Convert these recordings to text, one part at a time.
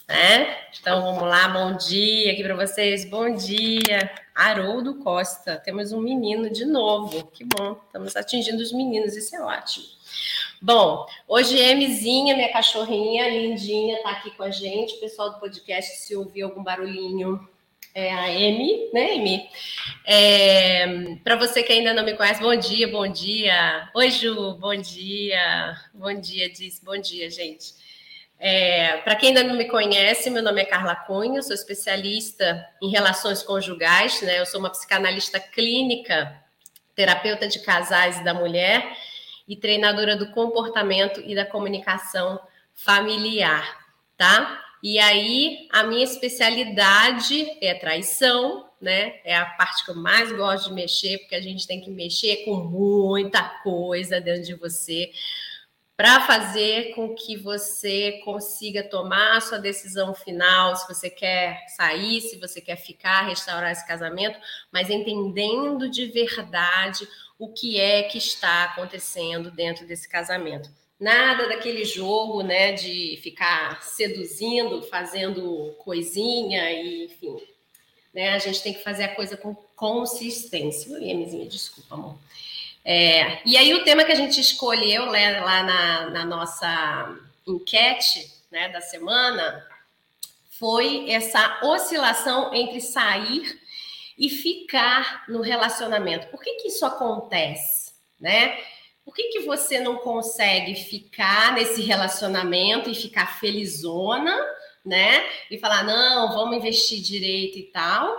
né? Então vamos lá, bom dia aqui para vocês, bom dia. Haroldo Costa, temos um menino de novo, que bom, estamos atingindo os meninos, isso é ótimo. Bom, hoje Mzinha, minha cachorrinha lindinha, tá aqui com a gente. O pessoal do podcast, se ouvir algum barulhinho, é a M, né, M? Para você que ainda não me conhece, bom dia, bom dia. Oi, Ju, bom dia. Bom dia, disse, bom dia, gente. Para quem ainda não me conhece, meu nome é Carla Cunha, sou especialista em relações conjugais, né? Eu sou uma psicanalista clínica, terapeuta de casais e da mulher e treinadora do comportamento e da comunicação familiar, tá? E aí, a minha especialidade é traição, né? É a parte que eu mais gosto de mexer, porque a gente tem que mexer com muita coisa dentro de você para fazer com que você consiga tomar a sua decisão final, se você quer sair, se você quer ficar, restaurar esse casamento, mas entendendo de verdade o que é que está acontecendo dentro desse casamento. Nada daquele jogo, né, de ficar seduzindo, fazendo coisinha e, enfim, né, a gente tem que fazer a coisa com consistência. Emizinha, desculpa, amor. E aí o tema que a gente escolheu, né, lá na nossa enquete, né, da semana foi essa oscilação entre sair e ficar no relacionamento. Por que isso acontece, né? Por que você não consegue ficar nesse relacionamento e ficar felizona, né? E falar, não, vamos investir direito e tal.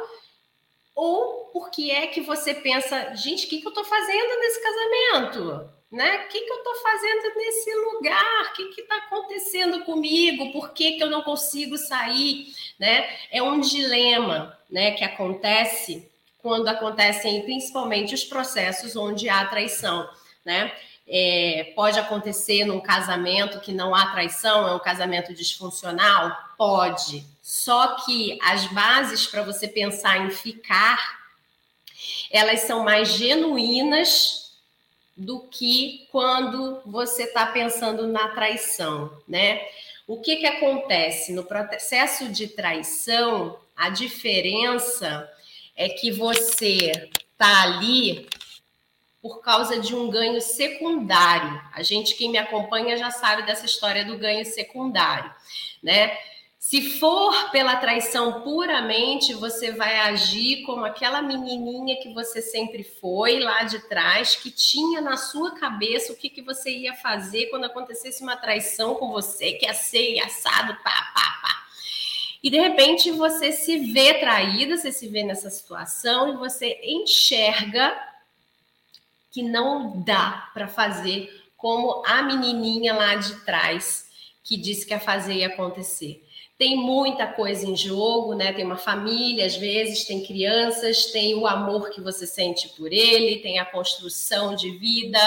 Ou porque é que você pensa, gente, o que eu estou fazendo nesse casamento? Né? O que eu estou fazendo nesse lugar? O que está acontecendo comigo? Por que eu não consigo sair? Né? É um dilema, né, que acontece quando acontecem principalmente os processos onde há traição. Né? Pode acontecer num casamento que não há traição, é um casamento disfuncional? Pode. Só que as bases para você pensar em ficar, elas são mais genuínas do que quando você está pensando na traição, né? O que acontece? No processo de traição, a diferença é que você está ali por causa de um ganho secundário. A gente, quem me acompanha, já sabe dessa história do ganho secundário, né? Se for pela traição puramente, você vai agir como aquela menininha que você sempre foi lá de trás, que tinha na sua cabeça o que você ia fazer quando acontecesse uma traição com você, que ia ser assado, pá, pá, pá. E de repente você se vê traída, você se vê nessa situação e você enxerga que não dá para fazer como a menininha lá de trás que disse que ia fazer e acontecer. Tem muita coisa em jogo, né? Tem uma família, às vezes, tem crianças, tem o amor que você sente por ele, tem a construção de vida,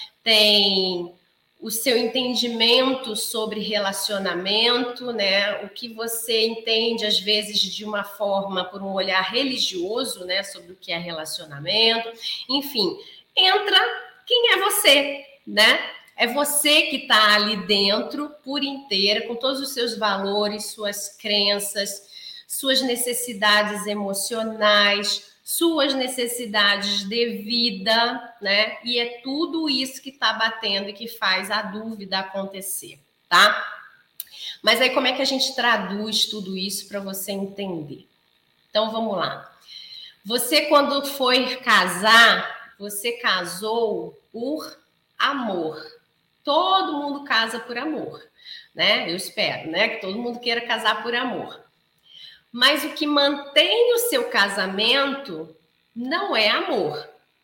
tem o seu entendimento sobre relacionamento, né? O que você entende, às vezes, de uma forma, por um olhar religioso, né? Sobre o que é relacionamento. Enfim, entra quem é você, né? É você que está ali dentro por inteira, com todos os seus valores, suas crenças, suas necessidades emocionais, suas necessidades de vida, né? E é tudo isso que está batendo e que faz a dúvida acontecer, tá? Mas aí como é que a gente traduz tudo isso para você entender? Então vamos lá. Você, quando foi casar, você casou por amor. Todo mundo casa por amor, né? Eu espero, né? Que todo mundo queira casar por amor. Mas o que mantém o seu casamento não é amor.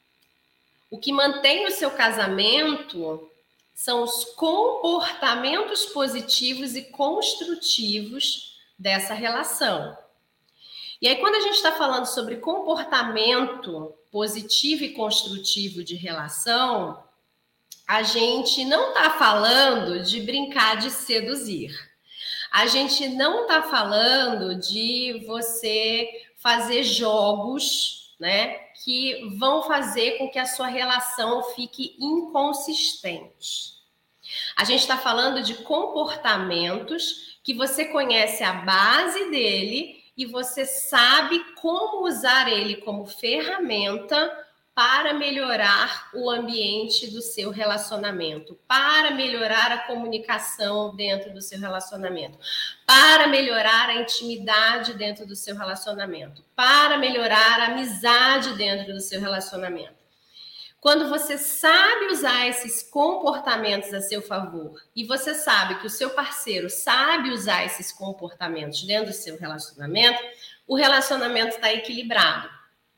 O que mantém o seu casamento são os comportamentos positivos e construtivos dessa relação. E aí, quando a gente está falando sobre comportamento positivo e construtivo de relação, a gente não está falando de brincar de seduzir. A gente não está falando de você fazer jogos, né, que vão fazer com que a sua relação fique inconsistente. A gente está falando de comportamentos que você conhece a base dele e você sabe como usar ele como ferramenta para melhorar o ambiente do seu relacionamento, para melhorar a comunicação dentro do seu relacionamento, para melhorar a intimidade dentro do seu relacionamento, para melhorar a amizade dentro do seu relacionamento. Quando você sabe usar esses comportamentos a seu favor e você sabe que o seu parceiro sabe usar esses comportamentos dentro do seu relacionamento, o relacionamento está equilibrado.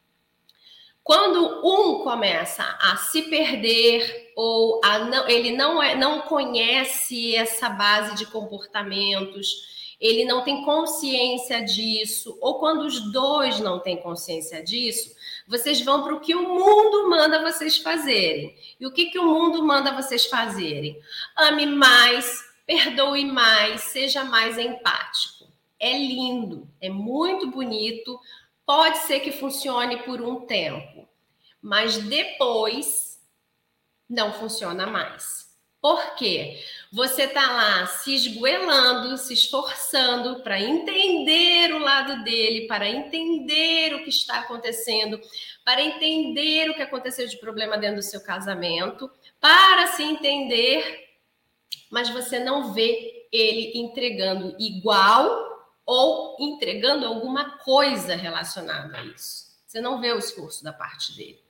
Quando um começa a se perder ou ele não conhece essa base de comportamentos, ele não tem consciência disso, ou quando os dois não têm consciência disso, vocês vão para o que o mundo manda vocês fazerem. E o que o mundo manda vocês fazerem? Ame mais, perdoe mais, seja mais empático. É lindo, é muito bonito, pode ser que funcione por um tempo, mas depois não funciona mais. Por quê? Você está lá se esgoelando, se esforçando para entender o lado dele, para entender o que está acontecendo, para entender o que aconteceu de problema dentro do seu casamento, para se entender, mas você não vê ele entregando igual ou entregando alguma coisa relacionada a isso. Você não vê o esforço da parte dele.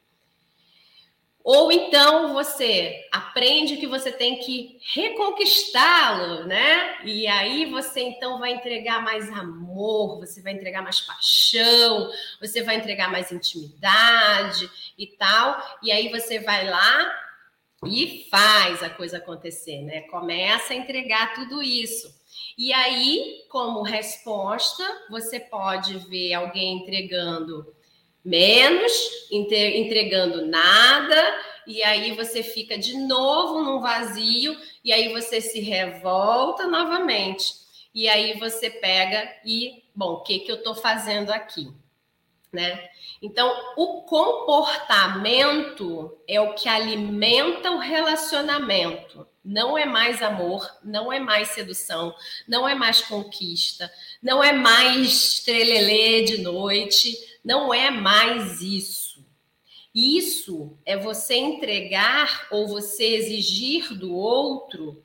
Ou então você aprende que você tem que reconquistá-lo, né? E aí você então vai entregar mais amor, você vai entregar mais paixão, você vai entregar mais intimidade e tal. E aí você vai lá e faz a coisa acontecer, né? Começa a entregar tudo isso. E aí, como resposta, você pode ver alguém entregando menos, entregando nada, e aí você fica de novo num vazio, e aí você se revolta novamente. E aí você pega e, bom, o que eu estou fazendo aqui? Né? Então, o comportamento é o que alimenta o relacionamento. Não é mais amor, não é mais sedução, não é mais conquista, não é mais trelelê de noite, não é mais isso. Isso é você entregar ou você exigir do outro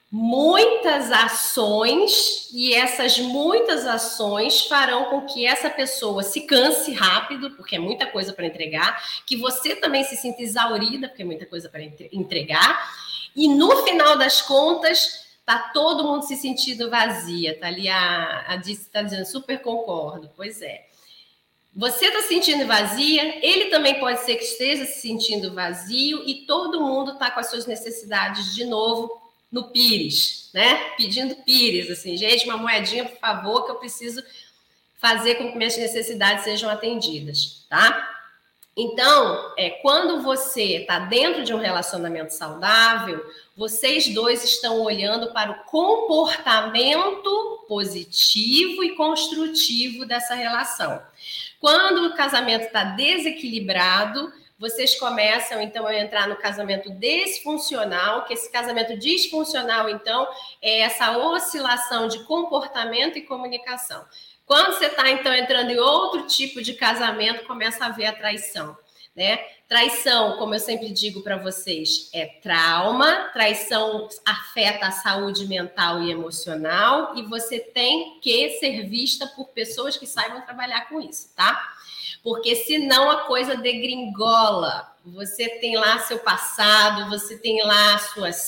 muitas ações, e essas muitas ações farão com que essa pessoa se canse rápido, porque é muita coisa para entregar, que você também se sinta exaurida, porque é muita coisa para entregar, e no final das contas tá todo mundo se sentindo vazia. Tá ali a Dice está dizendo, super concordo. Pois é. Você está se sentindo vazia, ele também pode ser que esteja se sentindo vazio, e todo mundo está com as suas necessidades de novo no pires, né? Pedindo pires, assim, gente, uma moedinha, por favor, que eu preciso fazer com que minhas necessidades sejam atendidas, tá? Então, quando você está dentro de um relacionamento saudável, vocês dois estão olhando para o comportamento positivo e construtivo dessa relação. Quando o casamento está desequilibrado, vocês começam, então, a entrar no casamento disfuncional, que esse casamento disfuncional, então, é essa oscilação de comportamento e comunicação. Quando você está, então, entrando em outro tipo de casamento, começa a haver a traição, né? Traição, como eu sempre digo para vocês, é trauma, traição afeta a saúde mental e emocional, e você tem que ser vista por pessoas que saibam trabalhar com isso, tá? Porque senão a coisa degringola. Você tem lá seu passado, você tem lá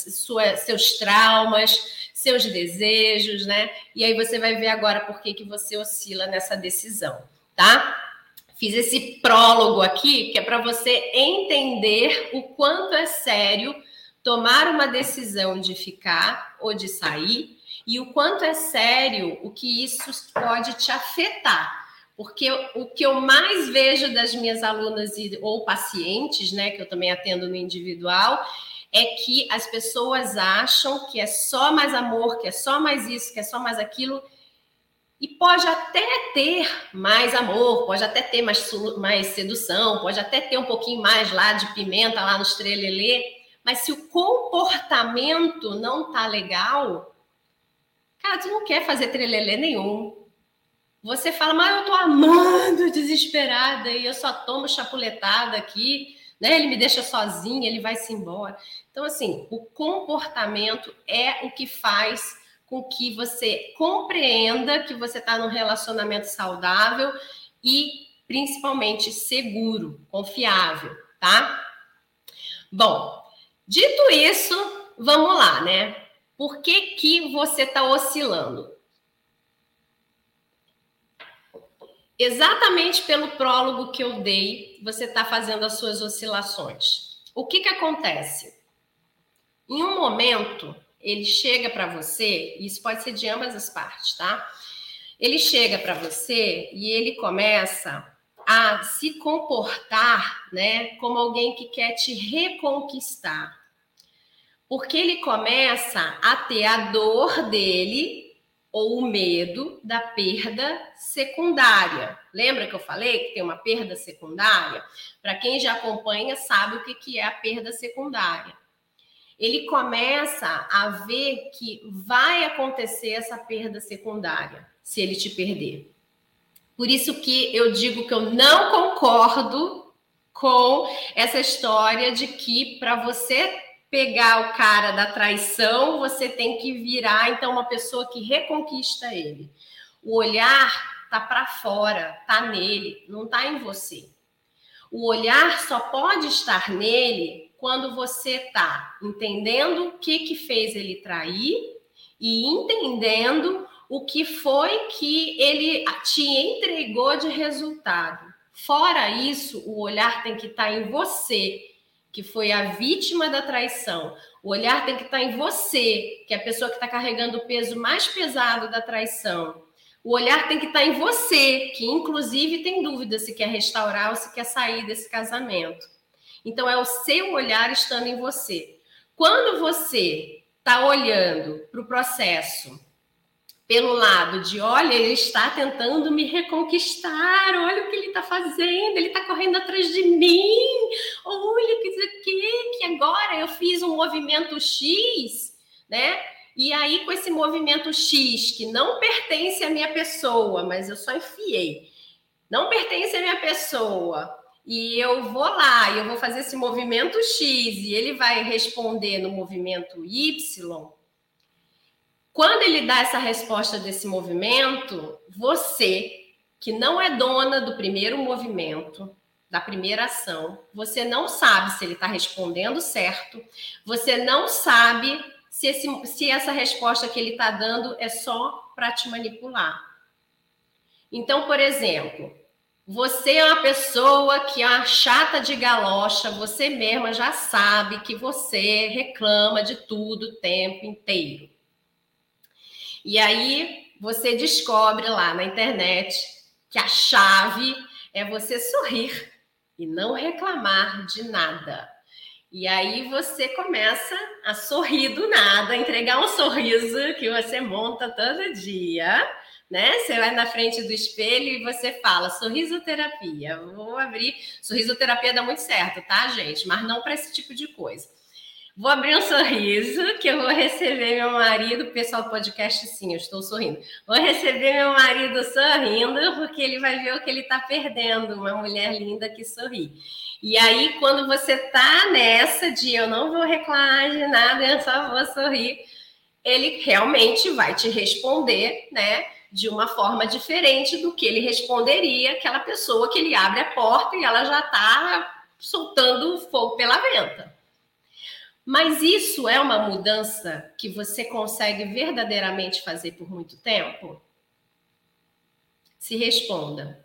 seus traumas, seus desejos, né? E aí você vai ver agora por que você oscila nessa decisão, tá? Fiz esse prólogo aqui, que é para você entender o quanto é sério tomar uma decisão de ficar ou de sair, e o quanto é sério o que isso pode te afetar. Porque o que eu mais vejo das minhas alunas ou pacientes, né, que eu também atendo no individual, é que as pessoas acham que é só mais amor, que é só mais isso, que é só mais aquilo, e pode até ter mais amor, pode até ter mais sedução, pode até ter um pouquinho mais lá de pimenta lá nos trelelê, Mas se o comportamento não tá legal, cara, tu não quer fazer trelelê nenhum. Você fala, mas eu tô amando, desesperada, e eu só tomo chapuletada aqui, né? Ele me deixa sozinha, ele vai-se embora. Então, assim, o comportamento é o que faz com que você compreenda que você está num relacionamento saudável e, principalmente, seguro, confiável, tá? Bom, dito isso, vamos lá, né? Por que você está oscilando? Exatamente pelo prólogo que eu dei, você está fazendo as suas oscilações. O que acontece? Em um momento, ele chega para você, e isso pode ser de ambas as partes, tá? Ele chega para você e ele começa a se comportar, né, como alguém que quer te reconquistar. Porque ele começa a ter a dor dele ou o medo da perda secundária. Lembra que eu falei que tem uma perda secundária? Para quem já acompanha, sabe o que é a perda secundária. Ele começa a ver que vai acontecer essa perda secundária, se ele te perder. Por isso que eu digo que eu não concordo com essa história de que para você pegar o cara da traição, você tem que virar, então, uma pessoa que reconquista ele. O olhar tá para fora, tá nele, não tá em você. O olhar só pode estar nele quando você tá entendendo o que fez ele trair e entendendo o que foi que ele te entregou de resultado. Fora isso, o olhar tem que estar em você, que foi a vítima da traição. O olhar tem que estar em você, que é a pessoa que está carregando o peso mais pesado da traição. O olhar tem que estar em você, que inclusive tem dúvida se quer restaurar ou se quer sair desse casamento. Então é o seu olhar estando em você. Quando você está olhando para o processo pelo lado de, olha, ele está tentando me reconquistar, olha o que ele está fazendo, ele está correndo atrás de mim, olha que agora eu fiz um movimento X, né? E aí, com esse movimento X, que não pertence à minha pessoa, mas eu só enfiei, não pertence à minha pessoa, e eu vou lá, e eu vou fazer esse movimento X, e ele vai responder no movimento Y. Quando ele dá essa resposta desse movimento, você, que não é dona do primeiro movimento, da primeira ação, você não sabe se ele está respondendo certo, você não sabe se essa resposta que ele está dando é só para te manipular. Então, por exemplo, você é uma pessoa que é uma chata de galocha, você mesma já sabe que você reclama de tudo o tempo inteiro. E aí você descobre lá na internet que a chave é você sorrir e não reclamar de nada. E aí você começa a sorrir do nada, entregar um sorriso que você monta todo dia, né? Você vai na frente do espelho e você fala sorrisoterapia. Vou abrir. Sorrisoterapia dá muito certo, tá, gente? Mas não para esse tipo de coisa. Vou abrir um sorriso, que eu vou receber meu marido, o pessoal do podcast, sim, eu estou sorrindo. Vou receber meu marido sorrindo, porque ele vai ver o que ele está perdendo, uma mulher linda que sorri. E aí, quando você tá nessa de eu não vou reclamar de nada, eu só vou sorrir, ele realmente vai te responder, né, de uma forma diferente do que ele responderia aquela pessoa que ele abre a porta e ela já está soltando fogo pela venta. Mas isso é uma mudança que você consegue verdadeiramente fazer por muito tempo? Se responda.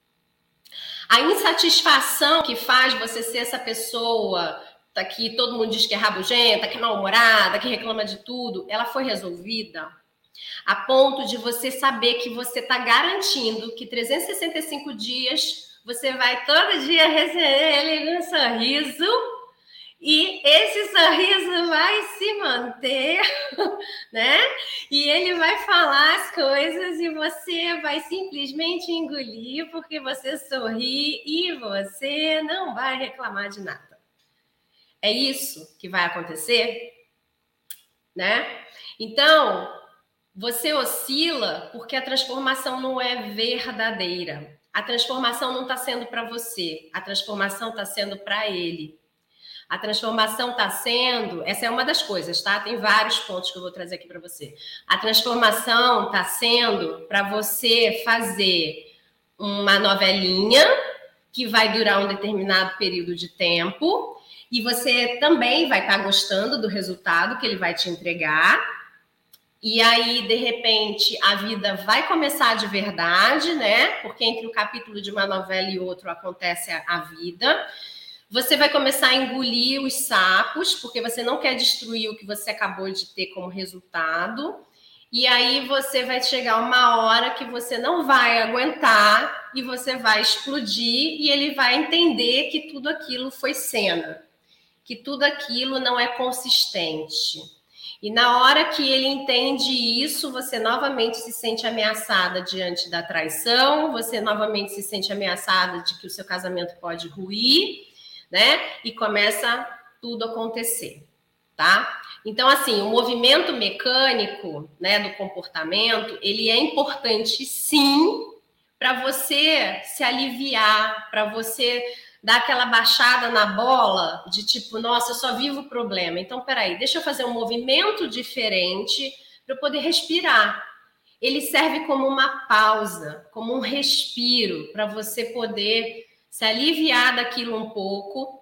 A insatisfação que faz você ser essa pessoa que todo mundo diz que é rabugenta, que é mal-humorada, que reclama de tudo, ela foi resolvida? A ponto de você saber que você está garantindo que 365 dias você vai todo dia receber ele um sorriso. E esse sorriso vai se manter, né? E ele vai falar as coisas e você vai simplesmente engolir porque você sorri e você não vai reclamar de nada. É isso que vai acontecer, né? Então, você oscila porque a transformação não é verdadeira. A transformação não está sendo para você, a transformação está sendo para ele. A transformação está sendo, essa é uma das coisas, tá? Tem vários pontos que eu vou trazer aqui para você. A transformação está sendo para você fazer uma novelinha que vai durar um determinado período de tempo e você também vai estar gostando do resultado que ele vai te entregar. E aí, de repente, a vida vai começar de verdade, né? Porque entre o capítulo de uma novela e outro acontece a vida. Você vai começar a engolir os sapos, porque você não quer destruir o que você acabou de ter como resultado. E aí você vai chegar uma hora que você não vai aguentar e você vai explodir e ele vai entender que tudo aquilo foi cena, que tudo aquilo não é consistente. E na hora que ele entende isso, você novamente se sente ameaçada diante da traição, você novamente se sente ameaçada de que o seu casamento pode ruir, né? E começa tudo a acontecer, tá? Então, assim, o movimento mecânico, né, do comportamento, ele é importante, sim, para você se aliviar, para você dar aquela baixada na bola de tipo, nossa, eu só vivo problema. Então, peraí, deixa eu fazer um movimento diferente para eu poder respirar. Ele serve como uma pausa, como um respiro, para você poder se aliviar daquilo um pouco,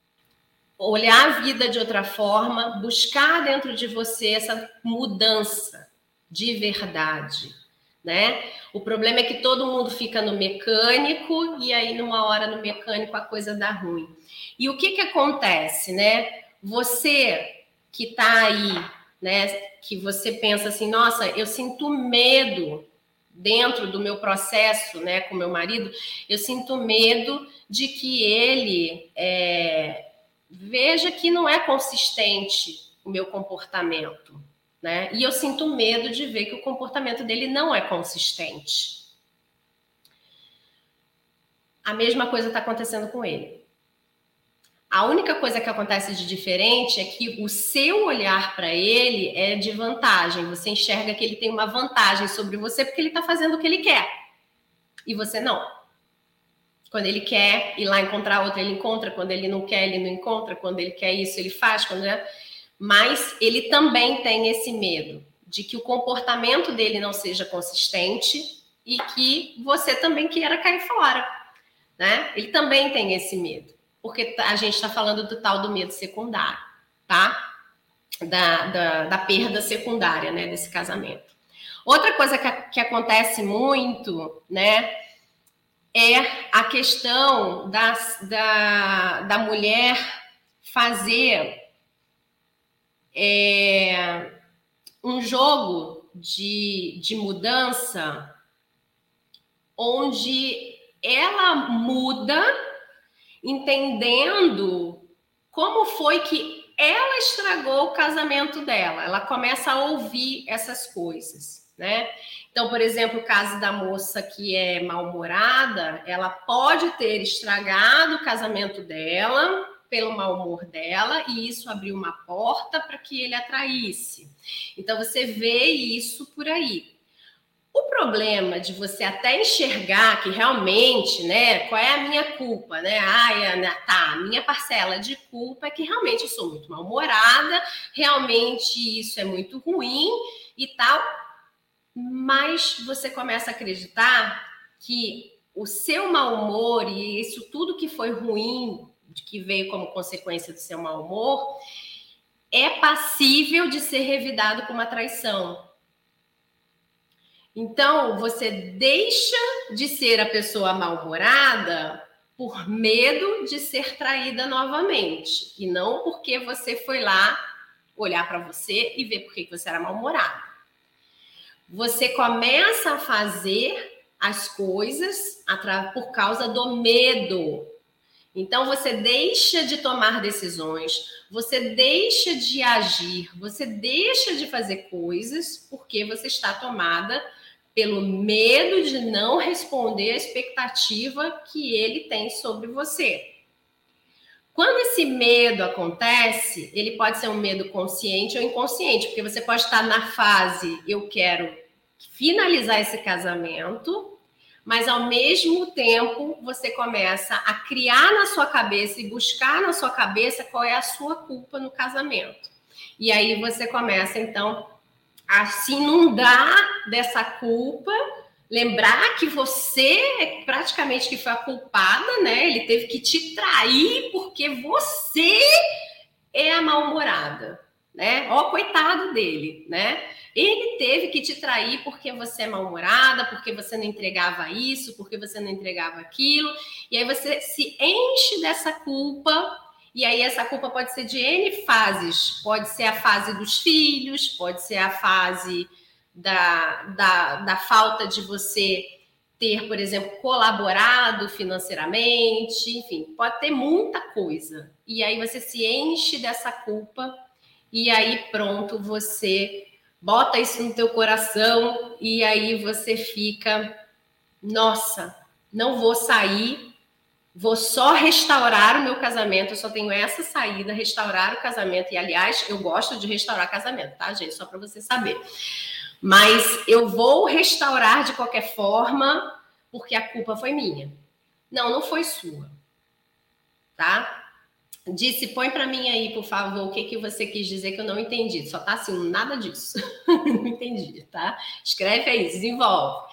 olhar a vida de outra forma, buscar dentro de você essa mudança de verdade, né? O problema é que todo mundo fica no mecânico e aí numa hora no mecânico a coisa dá ruim. E o que acontece, né? Você que tá aí, né, que você pensa assim, nossa, eu sinto medo dentro do meu processo, né, com meu marido, eu sinto medo de que ele veja que não é consistente o meu comportamento, né? E eu sinto medo de ver que o comportamento dele não é consistente. A mesma coisa está acontecendo com ele. A única coisa que acontece de diferente é que o seu olhar para ele é de vantagem. Você enxerga que ele tem uma vantagem sobre você porque ele está fazendo o que ele quer. E você não. Quando ele quer ir lá encontrar outra, ele encontra. Quando ele não quer, ele não encontra. Quando ele quer isso, ele faz. Mas ele também tem esse medo de que o comportamento dele não seja consistente e que você também queira cair fora, né? Ele também tem esse medo. Porque a gente está falando do tal do medo secundário, tá? Da perda secundária, né, desse casamento. Outra coisa que acontece muito, né, é a questão da mulher fazer um jogo de mudança onde ela muda entendendo como foi que ela estragou o casamento dela. Ela começa a ouvir essas coisas, né? Então, por exemplo, o caso da moça que é mal-humorada, ela pode ter estragado o casamento dela pelo mau humor dela e isso abriu uma porta para que ele atraísse. Então, você vê isso por aí. O problema de você até enxergar que realmente, né, qual é a minha culpa, né? A minha parcela de culpa é que realmente eu sou muito mal-humorada, realmente isso é muito ruim e tal, mas você começa a acreditar que o seu mau humor e isso tudo que foi ruim, que veio como consequência do seu mau humor, é passível de ser revidado com uma traição. Então, você deixa de ser a pessoa mal-humorada por medo de ser traída novamente. E não porque você foi lá olhar para você e ver por que você era mal-humorada. Você começa a fazer as coisas por causa do medo. Então, você deixa de tomar decisões, você deixa de agir, você deixa de fazer coisas porque você está tomada pelo medo de não responder à expectativa que ele tem sobre você. Quando esse medo acontece, ele pode ser um medo consciente ou inconsciente, porque você pode estar na fase, eu quero finalizar esse casamento, mas ao mesmo tempo você começa a criar na sua cabeça e buscar na sua cabeça qual é a sua culpa no casamento. E aí você começa, então, a se inundar dessa culpa, lembrar que você é praticamente que foi a culpada, né? Ele teve que te trair porque você é a mal-humorada, né? Ó, coitado dele, né? Ele teve que te trair porque você é mal-humorada, porque você não entregava isso, porque você não entregava aquilo, e aí você se enche dessa culpa. E aí essa culpa pode ser de N fases. Pode ser a fase dos filhos, pode ser a fase da falta de você ter, por exemplo, colaborado financeiramente, enfim, pode ter muita coisa. E aí você se enche dessa culpa e aí pronto, você bota isso no teu coração e aí você fica, nossa, não vou sair, vou só restaurar o meu casamento, eu só tenho essa saída, restaurar o casamento. E, aliás, eu gosto de restaurar casamento, tá, gente? Só para você saber. Mas eu vou restaurar de qualquer forma, porque a culpa foi minha. Não, não foi sua, tá? Disse, põe para mim aí, por favor, o que você quis dizer que eu não entendi. Só tá assim, nada disso. Não entendi, tá? Escreve aí, desenvolve.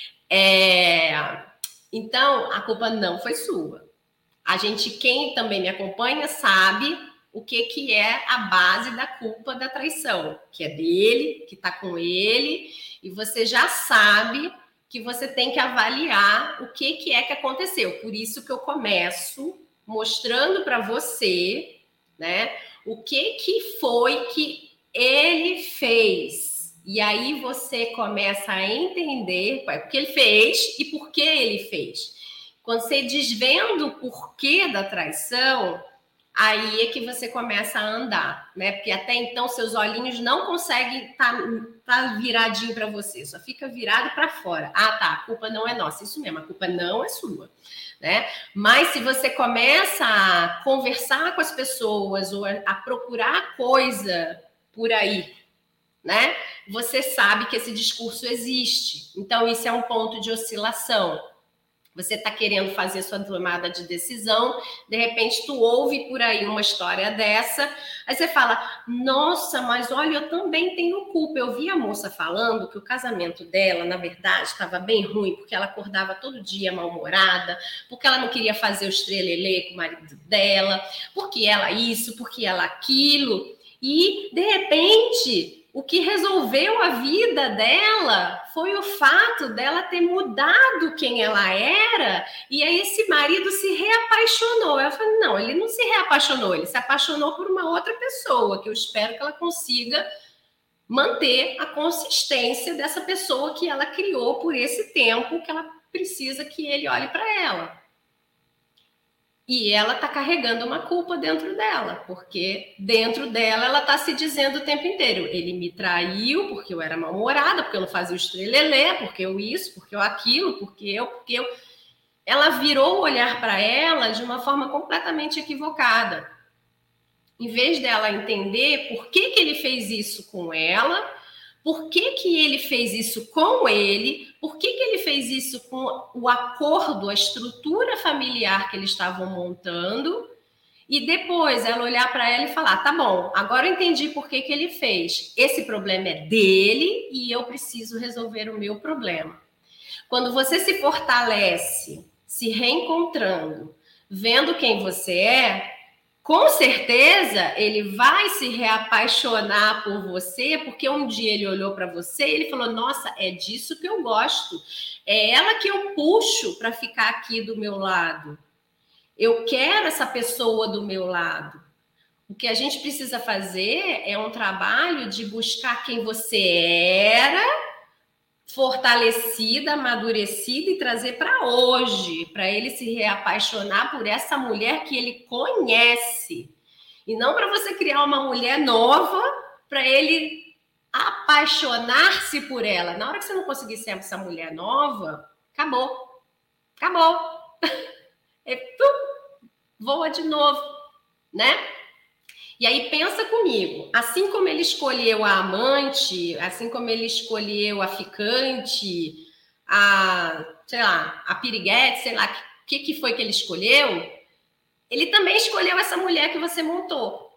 Então, a culpa não foi sua. A gente, quem também me acompanha, sabe o que é a base da culpa da traição, que é dele, que está com ele, e você já sabe que você tem que avaliar o que é que aconteceu. Por isso que eu começo mostrando para você, né, o que foi que ele fez. E aí você começa a entender o que ele fez e por que ele fez. Quando você desvenda o porquê da traição, aí é que você começa a andar, né? Porque até então seus olhinhos não conseguem tá viradinho para você, só fica virado para fora. Ah, tá, a culpa não é nossa, isso mesmo, a culpa não é sua, né? Mas se você começa a conversar com as pessoas ou a procurar coisa por aí, né? Você sabe que esse discurso existe. Então isso é um ponto de oscilação. Você está querendo fazer sua tomada de decisão, de repente tu ouve por aí uma história dessa, aí você fala, nossa, mas olha, eu também tenho culpa. Eu vi a moça falando que o casamento dela, na verdade, estava bem ruim, porque ela acordava todo dia mal-humorada, porque ela não queria fazer o estrelelê com o marido dela, porque ela isso, porque ela aquilo, e de repente o que resolveu a vida dela foi o fato dela ter mudado quem ela era, e aí esse marido se reapaixonou. Ela falou, não, ele não se reapaixonou, ele se apaixonou por uma outra pessoa, que eu espero que ela consiga manter a consistência dessa pessoa que ela criou por esse tempo, que ela precisa que ele olhe para ela. E ela está carregando uma culpa dentro dela, porque dentro dela ela está se dizendo o tempo inteiro, ele me traiu porque eu era mal-humorada, porque eu não fazia o estrelelê, porque eu isso, porque eu aquilo, porque eu... Ela virou o olhar para ela de uma forma completamente equivocada. Em vez dela entender por que ele fez isso com ela, por que ele fez isso com ele, por que ele fez isso com o acordo, a estrutura familiar que eles estavam montando, e depois ela olhar para ela e falar, tá bom, agora eu entendi por que ele fez. Esse problema é dele e eu preciso resolver o meu problema. Quando você se fortalece, se reencontrando, vendo quem você é, com certeza ele vai se reapaixonar por você, porque um dia ele olhou para você e ele falou, nossa, é disso que eu gosto, é ela que eu puxo para ficar aqui do meu lado, eu quero essa pessoa do meu lado. O que a gente precisa fazer é um trabalho de buscar quem você era, fortalecida, amadurecida, e trazer para hoje, para ele se reapaixonar por essa mulher que ele conhece. E não para você criar uma mulher nova para ele apaixonar-se por ela. Na hora que você não conseguir ser essa mulher nova, acabou. Acabou. Voa de novo. né? E aí pensa comigo, assim como ele escolheu a amante, assim como ele escolheu a ficante, sei lá, a piriguete, sei lá, o que foi que ele escolheu, ele também escolheu essa mulher que você montou.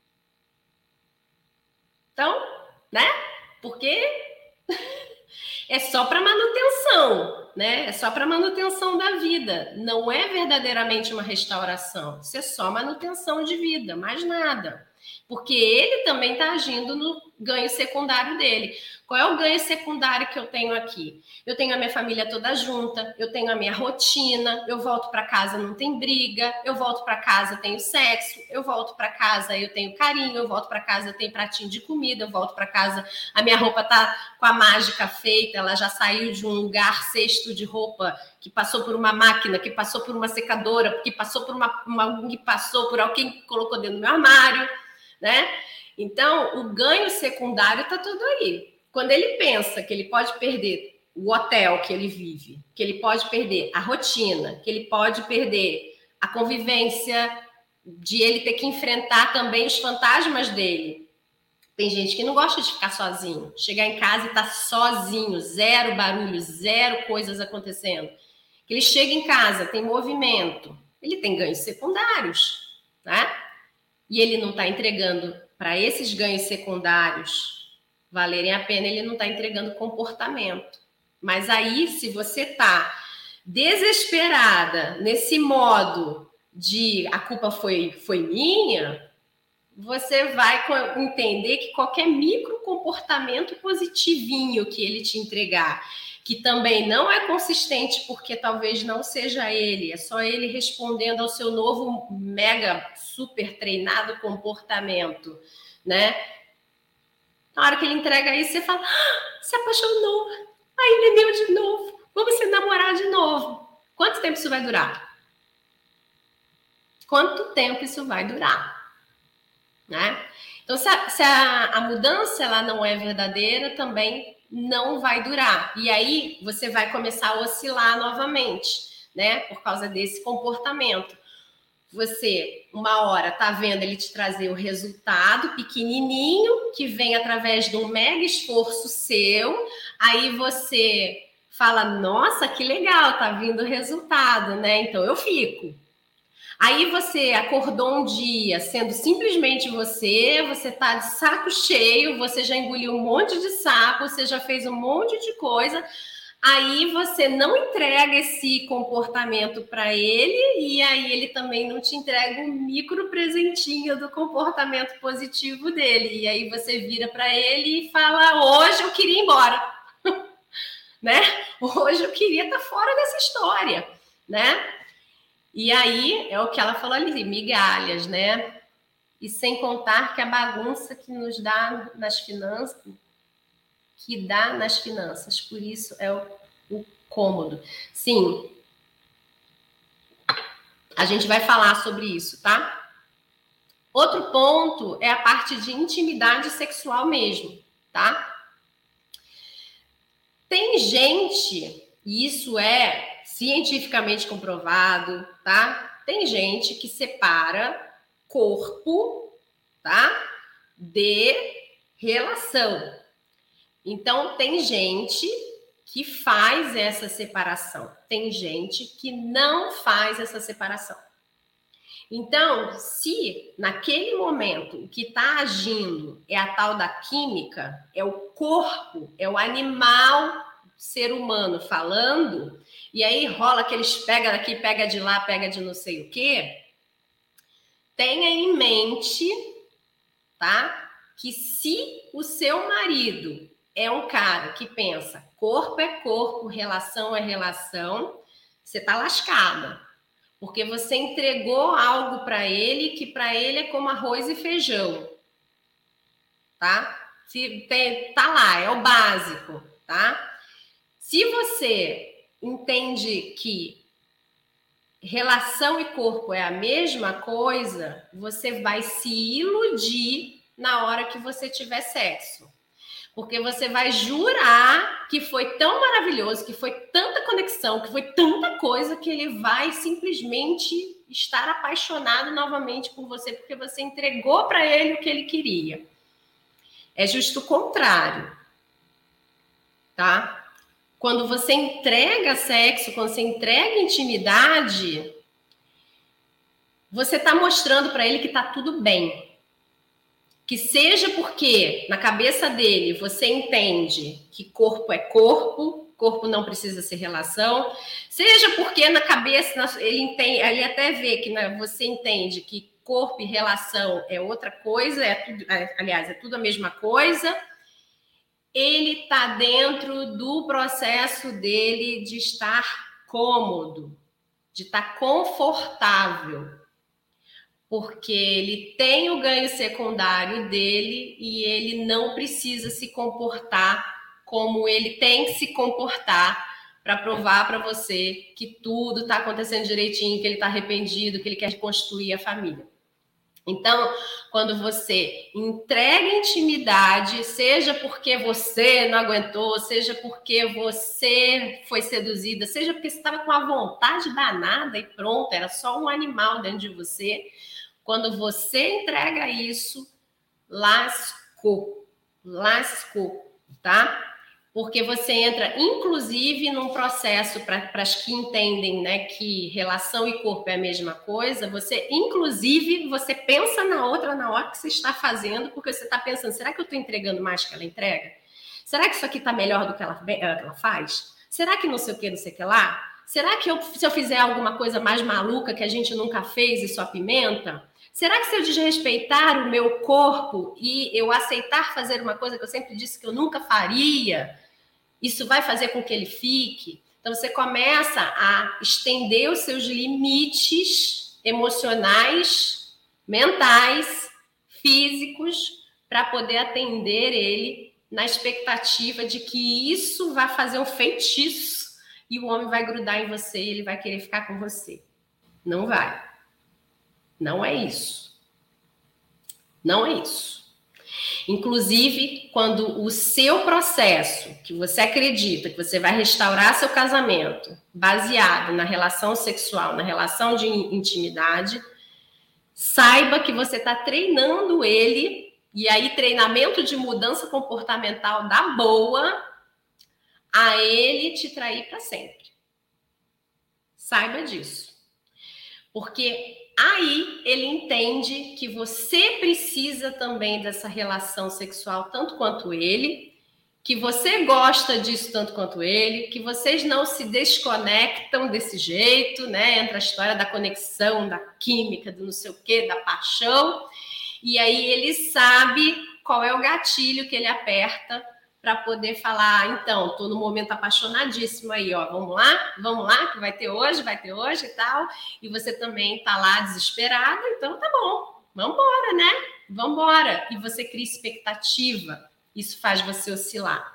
Então, né? Porque é só para manutenção, né? É só para manutenção da vida. Não é verdadeiramente uma restauração. Isso é só manutenção de vida, mais nada. Porque ele também está agindo no ganho secundário dele. Qual é o ganho secundário que eu tenho aqui? Eu tenho a minha família toda junta, eu tenho a minha rotina, eu volto para casa, não tem briga, eu volto para casa, tenho sexo, eu volto para casa, eu tenho carinho, eu volto para casa, eu tenho pratinho de comida, eu volto para casa, a minha roupa tá com a mágica feita, ela já saiu de um lugar cesto de roupa que passou por uma máquina, que passou por uma secadora, que passou por que passou por alguém que colocou dentro do meu armário, né? Então, o ganho secundário está tudo aí. Quando ele pensa que ele pode perder o hotel que ele vive, que ele pode perder a rotina, que ele pode perder a convivência, de ele ter que enfrentar também os fantasmas dele. Tem gente que não gosta de ficar sozinho. Chegar em casa e tá sozinho, zero barulho, zero coisas acontecendo. Ele chega em casa, tem movimento, ele tem ganhos secundários, né? E ele não está entregando para esses ganhos secundários valerem a pena, ele não está entregando comportamento. Mas aí, se você está desesperada nesse modo de a culpa foi minha, você vai entender que qualquer micro comportamento positivinho que ele te entregar, que também não é consistente porque talvez não seja ele, é só ele respondendo ao seu novo mega super treinado comportamento, né? Na hora que ele entrega isso, você fala, se apaixonou, aí ele é meu de novo, vamos se namorar de novo. Quanto tempo isso vai durar? Quanto tempo isso vai durar? Né? Então, se a mudança ela não é verdadeira, também não vai durar. E aí você vai começar a oscilar novamente, né? Por causa desse comportamento. Você, uma hora, tá vendo ele te trazer o resultado pequenininho, que vem através de um mega esforço seu. Aí você fala, nossa, que legal, tá vindo o resultado, né? Então eu fico. Aí você acordou um dia sendo simplesmente você tá de saco cheio, você já engoliu um monte de saco, você já fez um monte de coisa, aí você não entrega esse comportamento para ele e aí ele também não te entrega um micro presentinho do comportamento positivo dele. E aí você vira para ele e fala, hoje eu queria ir embora, né? Hoje eu queria estar fora dessa história, né? E aí é o que ela falou ali, migalhas, né? E sem contar que a bagunça que nos dá nas finanças, que dá nas finanças, por isso é o cômodo. Sim, a gente vai falar sobre isso, tá? Outro ponto é a parte de intimidade sexual mesmo, tá? Tem gente, e isso é cientificamente comprovado, tá? Tem gente que separa corpo, tá? De relação. Então, tem gente que faz essa separação. Tem gente que não faz essa separação. Então, se naquele momento o que está agindo é a tal da química, é o corpo, é o animal, ser humano falando, e aí rola aqueles pega daqui, pega de lá, pega de não sei o quê, tenha em mente, tá? Que se o seu marido é um cara que pensa corpo é corpo, relação é relação, você tá lascada. Porque você entregou algo para ele que para ele é como arroz e feijão, tá? Tá lá, é o básico, tá? Se você entende que relação e corpo é a mesma coisa, você vai se iludir na hora que você tiver sexo. Porque você vai jurar que foi tão maravilhoso, que foi tanta conexão, que foi tanta coisa que ele vai simplesmente estar apaixonado novamente por você, porque você entregou para ele o que ele queria. É justo o contrário, tá? Quando você entrega sexo, quando você entrega intimidade, você está mostrando para ele que está tudo bem. Que seja porque na cabeça dele você entende que corpo é corpo, corpo não precisa ser relação, seja porque na cabeça ele entende, ele até vê que você entende que corpo e relação é outra coisa, aliás, é tudo a mesma coisa. Ele está dentro do processo dele de estar cômodo, de estar confortável, porque ele tem o ganho secundário dele e ele não precisa se comportar como ele tem que se comportar para provar para você que tudo está acontecendo direitinho, que ele está arrependido, que ele quer construir a família. Então, quando você entrega intimidade, seja porque você não aguentou, seja porque você foi seduzida, seja porque você estava com a vontade danada e pronto, era só um animal dentro de você. Quando você entrega isso, lascou, tá? Porque você entra, inclusive, num processo, para as que entendem, né, que relação e corpo é a mesma coisa, você pensa na outra na hora que você está fazendo, porque você está pensando, será que eu estou entregando mais que ela entrega? Será que isso aqui está melhor do que ela faz? Será que não sei o que, não sei o que lá? Será que se eu fizer alguma coisa mais maluca que a gente nunca fez, isso apimenta? Será que se eu desrespeitar o meu corpo e eu aceitar fazer uma coisa que eu sempre disse que eu nunca faria, isso vai fazer com que ele fique? Então, você começa a estender os seus limites emocionais, mentais, físicos, para poder atender ele na expectativa de que isso vai fazer um feitiço e o homem vai grudar em você e ele vai querer ficar com você. Não vai. Não é isso. Não é isso. Inclusive, quando o seu processo, que você acredita que você vai restaurar seu casamento, baseado na relação sexual, na relação de intimidade, saiba que você está treinando ele, e aí treinamento de mudança comportamental da boa, a ele te trair para sempre. Saiba disso. Porque aí ele entende que você precisa também dessa relação sexual tanto quanto ele, que você gosta disso tanto quanto ele, que vocês não se desconectam desse jeito, né? Entra a história da conexão, da química, do não sei o quê, da paixão. E aí ele sabe qual é o gatilho que ele aperta para poder falar, então, tô no momento apaixonadíssimo aí, ó, vamos lá, que vai ter hoje e tal, e você também tá lá desesperada, então tá bom, vambora, né? Vambora. E você cria expectativa, isso faz você oscilar.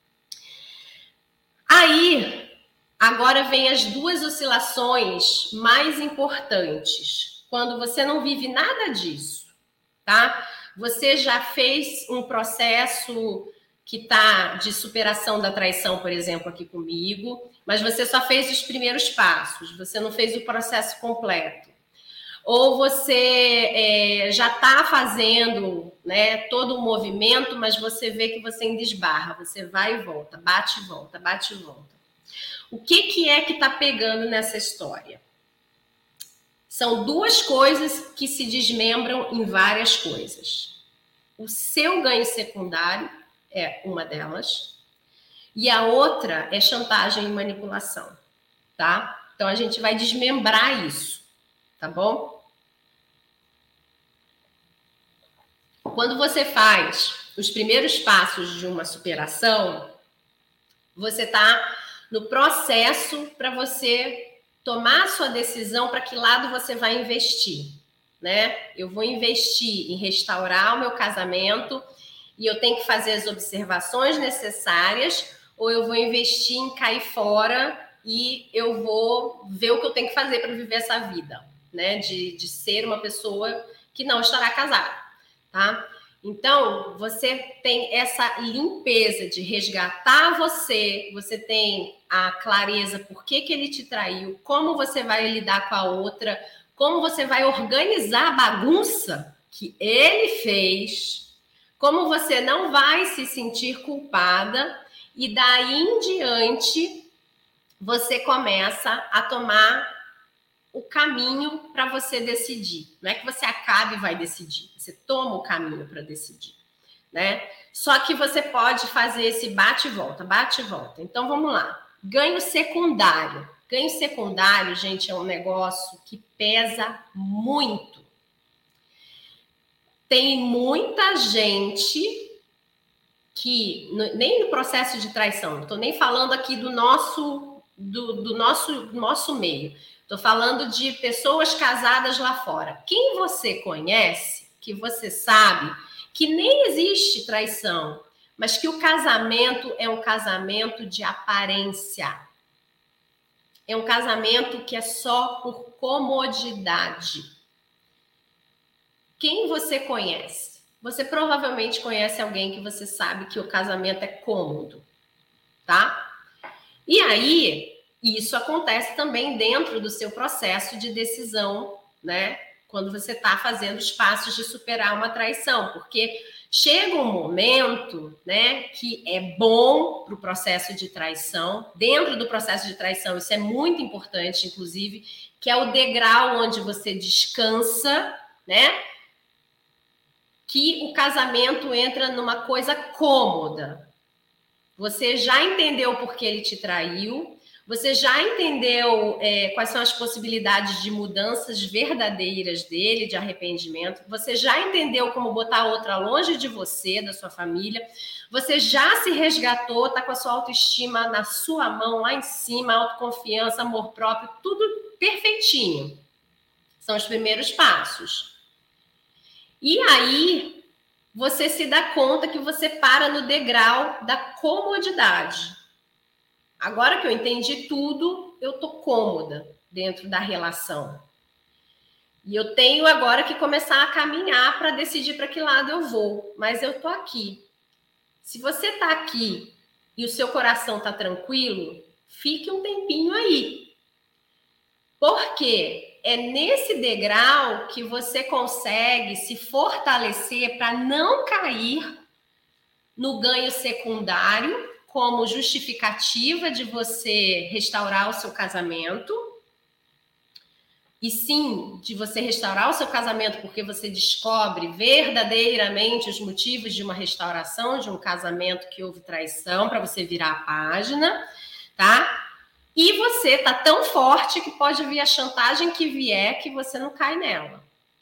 Aí, agora vem as duas oscilações mais importantes, quando você não vive nada disso, tá? Você já fez um processo que está de superação da traição, por exemplo, aqui comigo, mas você só fez os primeiros passos, você não fez o processo completo. Ou você já está fazendo, né, todo o movimento, mas você vê que você ainda esbarra, você vai e volta, bate e volta, bate e volta. O que é que está pegando nessa história? São duas coisas que se desmembram em várias coisas. O seu ganho secundário é uma delas, e a outra é chantagem e manipulação, tá? Então a gente vai desmembrar isso, tá bom? Quando você faz os primeiros passos de uma superação, você tá no processo para você tomar a sua decisão para que lado você vai investir, né? Eu vou investir em restaurar o meu casamento e eu tenho que fazer as observações necessárias, ou eu vou investir em cair fora e eu vou ver o que eu tenho que fazer para viver essa vida, né? De ser uma pessoa que não estará casada, tá? Então, você tem essa limpeza de resgatar você, você tem a clareza por que ele te traiu, como você vai lidar com a outra, como você vai organizar a bagunça que ele fez, como você não vai se sentir culpada, e daí em diante você começa a tomar o caminho para você decidir. Não é que você acabe e vai decidir, você toma o caminho para decidir, né? Só que você pode fazer esse bate e volta, bate e volta. Então vamos lá. Ganho secundário. Ganho secundário, gente, é um negócio que pesa muito. Tem muita gente que, nem no processo de traição, não estou nem falando aqui do nosso meio. Estou falando de pessoas casadas lá fora. Quem você conhece, que você sabe que nem existe traição, mas que o casamento é um casamento de aparência. É um casamento que é só por comodidade. Quem você conhece? Você provavelmente conhece alguém que você sabe que o casamento é cômodo, tá? E aí, isso acontece também dentro do seu processo de decisão, né? Quando você está fazendo os passos de superar uma traição, porque chega um momento, né, que é bom para o processo de traição. Dentro do processo de traição, isso é muito importante, inclusive, que é o degrau onde você descansa, né? Que o casamento entra numa coisa cômoda. Você já entendeu por que ele te traiu, você já entendeu quais são as possibilidades de mudanças verdadeiras dele, de arrependimento, você já entendeu como botar a outra longe de você, da sua família, você já se resgatou, tá com a sua autoestima na sua mão, lá em cima, autoconfiança, amor próprio, tudo perfeitinho. São os primeiros passos. E aí, você se dá conta que você para no degrau da comodidade. Agora que eu entendi tudo, eu tô cômoda dentro da relação. E eu tenho agora que começar a caminhar para decidir para que lado eu vou. Mas eu tô aqui. Se você tá aqui e o seu coração tá tranquilo, fique um tempinho aí. Porque é nesse degrau que você consegue se fortalecer para não cair no ganho secundário como justificativa de você restaurar o seu casamento. E sim, de você restaurar o seu casamento porque você descobre verdadeiramente os motivos de uma restauração de um casamento que houve traição, para você virar a página, tá? E você tá tão forte que pode vir a chantagem que vier que você não cai nela,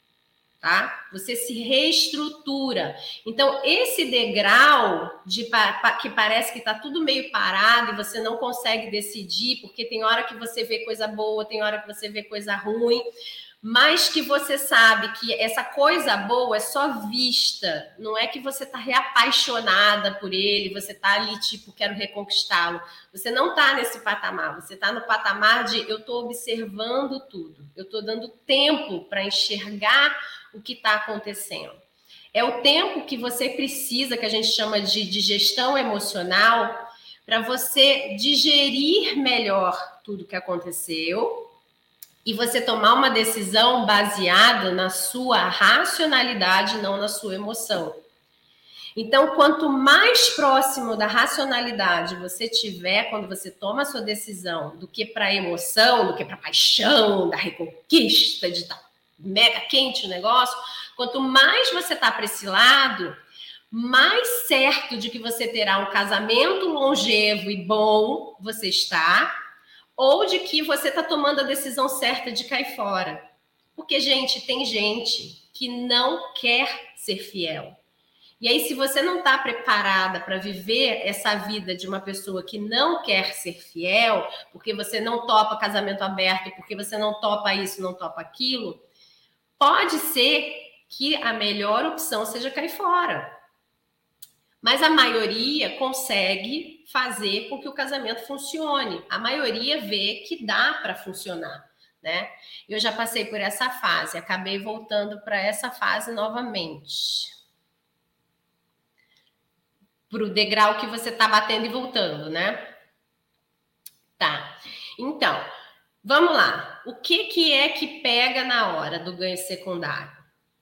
tá? Você se reestrutura. Então, esse degrau que parece que tá tudo meio parado e você não consegue decidir, porque tem hora que você vê coisa boa, tem hora que você vê coisa ruim, mas que você sabe que essa coisa boa é só vista, não é que você tá reapaixonada por ele, você tá ali tipo, quero reconquistá-lo. Você não tá nesse patamar, você tá no patamar de eu tô observando tudo, eu tô dando tempo para enxergar o que está acontecendo. É o tempo que você precisa, que a gente chama de digestão emocional, para você digerir melhor tudo que aconteceu e você tomar uma decisão baseada na sua racionalidade, não na sua emoção. Então, quanto mais próximo da racionalidade você tiver quando você toma a sua decisão, do que para a emoção, do que para a paixão, da reconquista, de estar mega quente o negócio, quanto mais você está para esse lado, mais certo de que você terá um casamento longevo e bom você está, ou de que você está tomando a decisão certa de cair fora. Porque, gente, tem gente que não quer ser fiel. E aí, se você não está preparada para viver essa vida de uma pessoa que não quer ser fiel, porque você não topa casamento aberto, porque você não topa isso, não topa aquilo, pode ser que a melhor opção seja cair fora. Mas a maioria consegue fazer com que o casamento funcione. A maioria vê que dá para funcionar, né? Eu já passei por essa fase, acabei voltando para essa fase novamente. o degrau que você está batendo e voltando, né? Tá. Então, vamos lá. O que é que pega na hora do ganho secundário?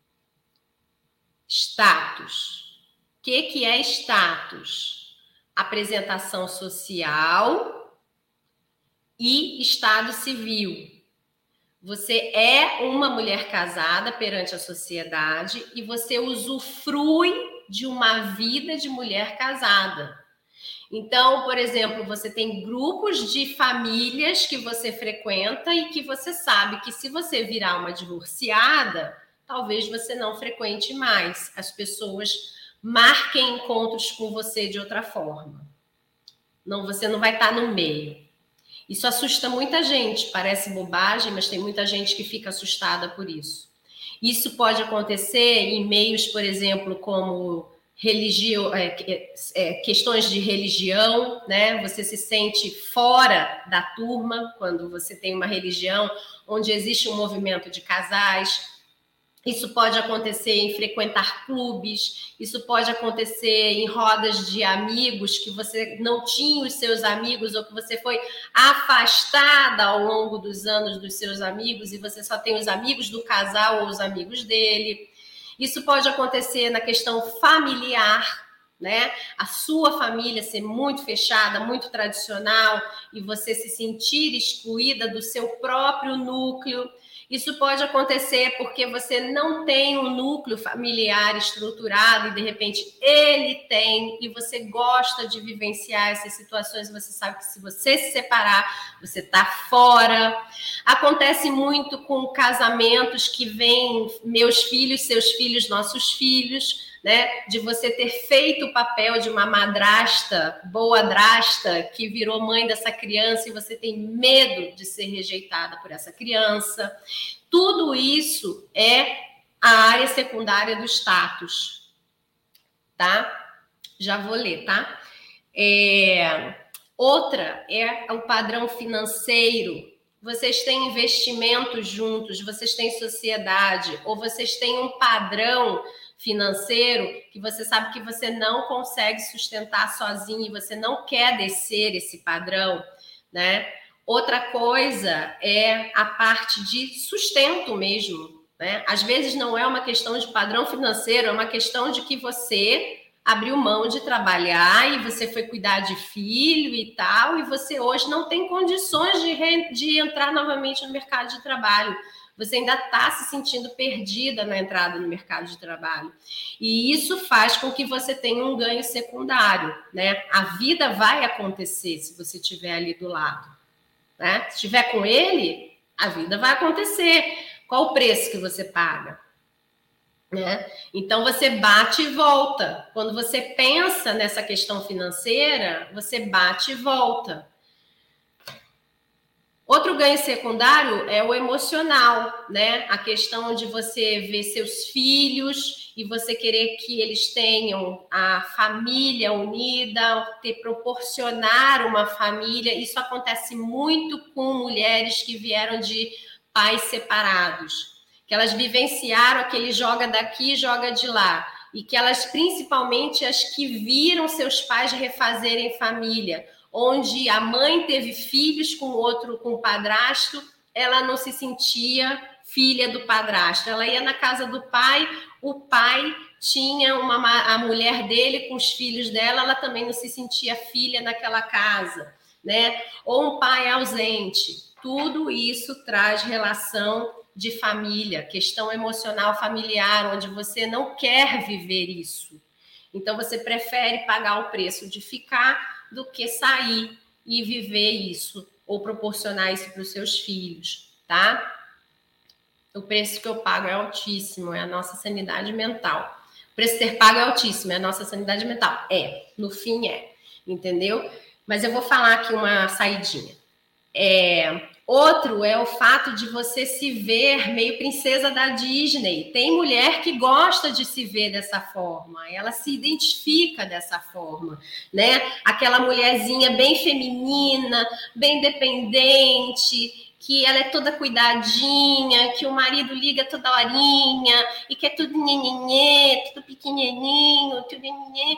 Status. O que é status? Apresentação social e estado civil. Você é uma mulher casada perante a sociedade e você usufrui de uma vida de mulher casada. Então, por exemplo, você tem grupos de famílias que você frequenta e que você sabe que se você virar uma divorciada, talvez você não frequente mais. As pessoas marquem encontros com você de outra forma. Não, você não vai estar no meio. Isso assusta muita gente, parece bobagem, mas tem muita gente que fica assustada por isso. Isso pode acontecer em meios, por exemplo, como questões de religião, né? Você se sente fora da turma quando você tem uma religião onde existe um movimento de casais. Isso pode acontecer em frequentar clubes, isso pode acontecer em rodas de amigos que você não tinha os seus amigos ou que você foi afastada ao longo dos anos dos seus amigos e você só tem os amigos do casal ou os amigos dele. Isso pode acontecer na questão familiar, né? A sua família ser muito fechada, muito tradicional e você se sentir excluída do seu próprio núcleo. Isso pode acontecer porque você não tem um núcleo familiar estruturado e, de repente, ele tem e você gosta de vivenciar essas situações. Você sabe que se você se separar, você está fora. Acontece muito com casamentos que vêm meus filhos, seus filhos, nossos filhos, né? De você ter feito o papel de uma madrasta, boadrasta, que virou mãe dessa criança e você tem medo de ser rejeitada por essa criança. Tudo isso é a área secundária do status, tá? Já vou ler, tá? Outra é o padrão financeiro. Vocês têm investimentos juntos, vocês têm sociedade, ou vocês têm um padrão financeiro que você sabe que você não consegue sustentar sozinho e você não quer descer esse padrão, né? Outra coisa é a parte de sustento mesmo, né? Às vezes não é uma questão de padrão financeiro, é uma questão de que você abriu mão de trabalhar e você foi cuidar de filho e tal, e você hoje não tem condições de entrar novamente no mercado de trabalho. Você ainda está se sentindo perdida na entrada no mercado de trabalho. E isso faz com que você tenha um ganho secundário, né? A vida vai acontecer se você estiver ali do lado, né? Se estiver com ele, a vida vai acontecer. Qual o preço que você paga? Né? Então você bate e volta. Quando você pensa nessa questão financeira, você bate e volta. Outro ganho secundário é o emocional, né? A questão de você ver seus filhos e você querer que eles tenham a família unida, proporcionar uma família. Isso acontece muito com mulheres que vieram de pais separados, que elas vivenciaram aquele joga daqui, joga de lá, e que elas, principalmente as que viram seus pais refazerem família, onde a mãe teve filhos com outro, com o padrasto, ela não se sentia filha do padrasto. Ela ia na casa do pai, o pai tinha a mulher dele com os filhos dela, ela também não se sentia filha naquela casa, né? Ou um pai ausente. Tudo isso traz relação de família, questão emocional familiar, onde você não quer viver isso. Então, você prefere pagar o preço de ficar do que sair e viver isso, ou proporcionar isso para os seus filhos, tá? O preço que eu pago é altíssimo, é a nossa sanidade mental. O preço de ser pago é altíssimo, é a nossa sanidade mental. No fim entendeu? Mas eu vou falar aqui uma saidinha. Outro é o fato de você se ver meio princesa da Disney. Tem mulher que gosta de se ver dessa forma, ela se identifica dessa forma, né? Aquela mulherzinha bem feminina, bem dependente, que ela é toda cuidadinha, que o marido liga toda horinha e que é tudo nhenhenhê, tudo pequenininho, tudo nhenhenhê.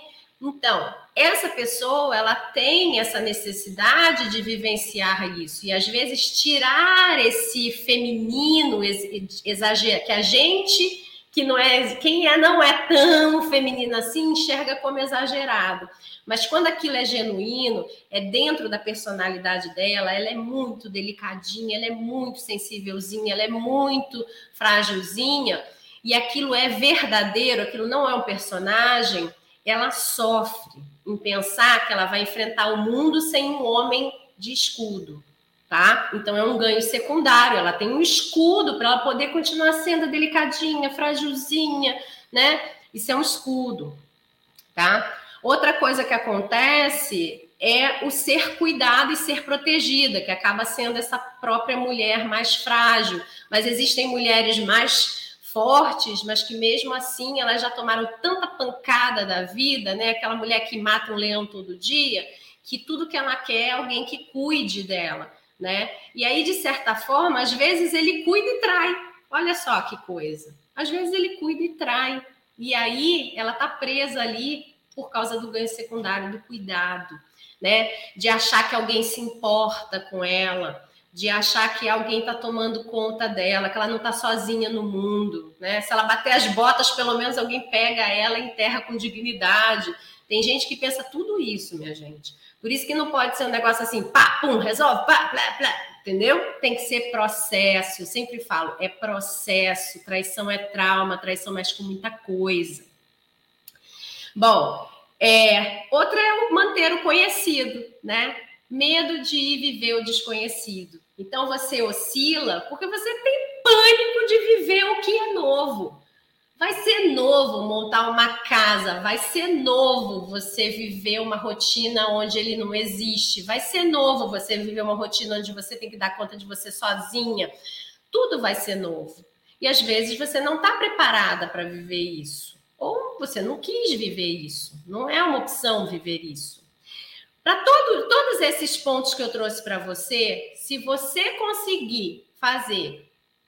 Então, essa pessoa, ela tem essa necessidade de vivenciar isso. E, às vezes, tirar esse feminino exagerado, que a gente, que não é, não é tão feminino assim, enxerga como exagerado. Mas quando aquilo é genuíno, é dentro da personalidade dela, ela é muito delicadinha, ela é muito sensívelzinha, ela é muito frágilzinha, e aquilo é verdadeiro, aquilo não é um personagem, ela sofre em pensar que ela vai enfrentar o mundo sem um homem de escudo, tá? Então é um ganho secundário, ela tem um escudo para ela poder continuar sendo delicadinha, frágilzinha, né? Isso é um escudo, tá? Outra coisa que acontece é o ser cuidada e ser protegida, que acaba sendo essa própria mulher mais frágil. Mas existem mulheres mais fortes, mas que mesmo assim elas já tomaram tanta pancada da vida, né? Aquela mulher que mata um leão todo dia, que tudo que ela quer é alguém que cuide dela, né? E aí, de certa forma, às vezes ele cuida e trai. Olha só que coisa. Às vezes ele cuida e trai. E aí ela tá presa ali por causa do ganho secundário, do cuidado, né? De achar que alguém se importa com ela, de achar que alguém está tomando conta dela, que ela não está sozinha no mundo, né? Se ela bater as botas, pelo menos alguém pega ela e enterra com dignidade. Tem gente que pensa tudo isso, minha gente. Por isso que não pode ser um negócio assim, pá, pum, resolve, pá, plá, plá, entendeu? Tem que ser processo. Eu sempre falo, é processo. Traição é trauma, traição mexe com muita coisa. Bom, outra é manter o conhecido, né? Medo de ir viver o desconhecido. Então você oscila porque você tem pânico de viver o que é novo. Vai ser novo montar uma casa, vai ser novo você viver uma rotina onde ele não existe, vai ser novo você viver uma rotina onde você tem que dar conta de você sozinha. Tudo vai ser novo. E às vezes você não está preparada para viver isso. Ou você não quis viver isso. Não é uma opção viver isso. Para todos esses pontos que eu trouxe para você, se você conseguir fazer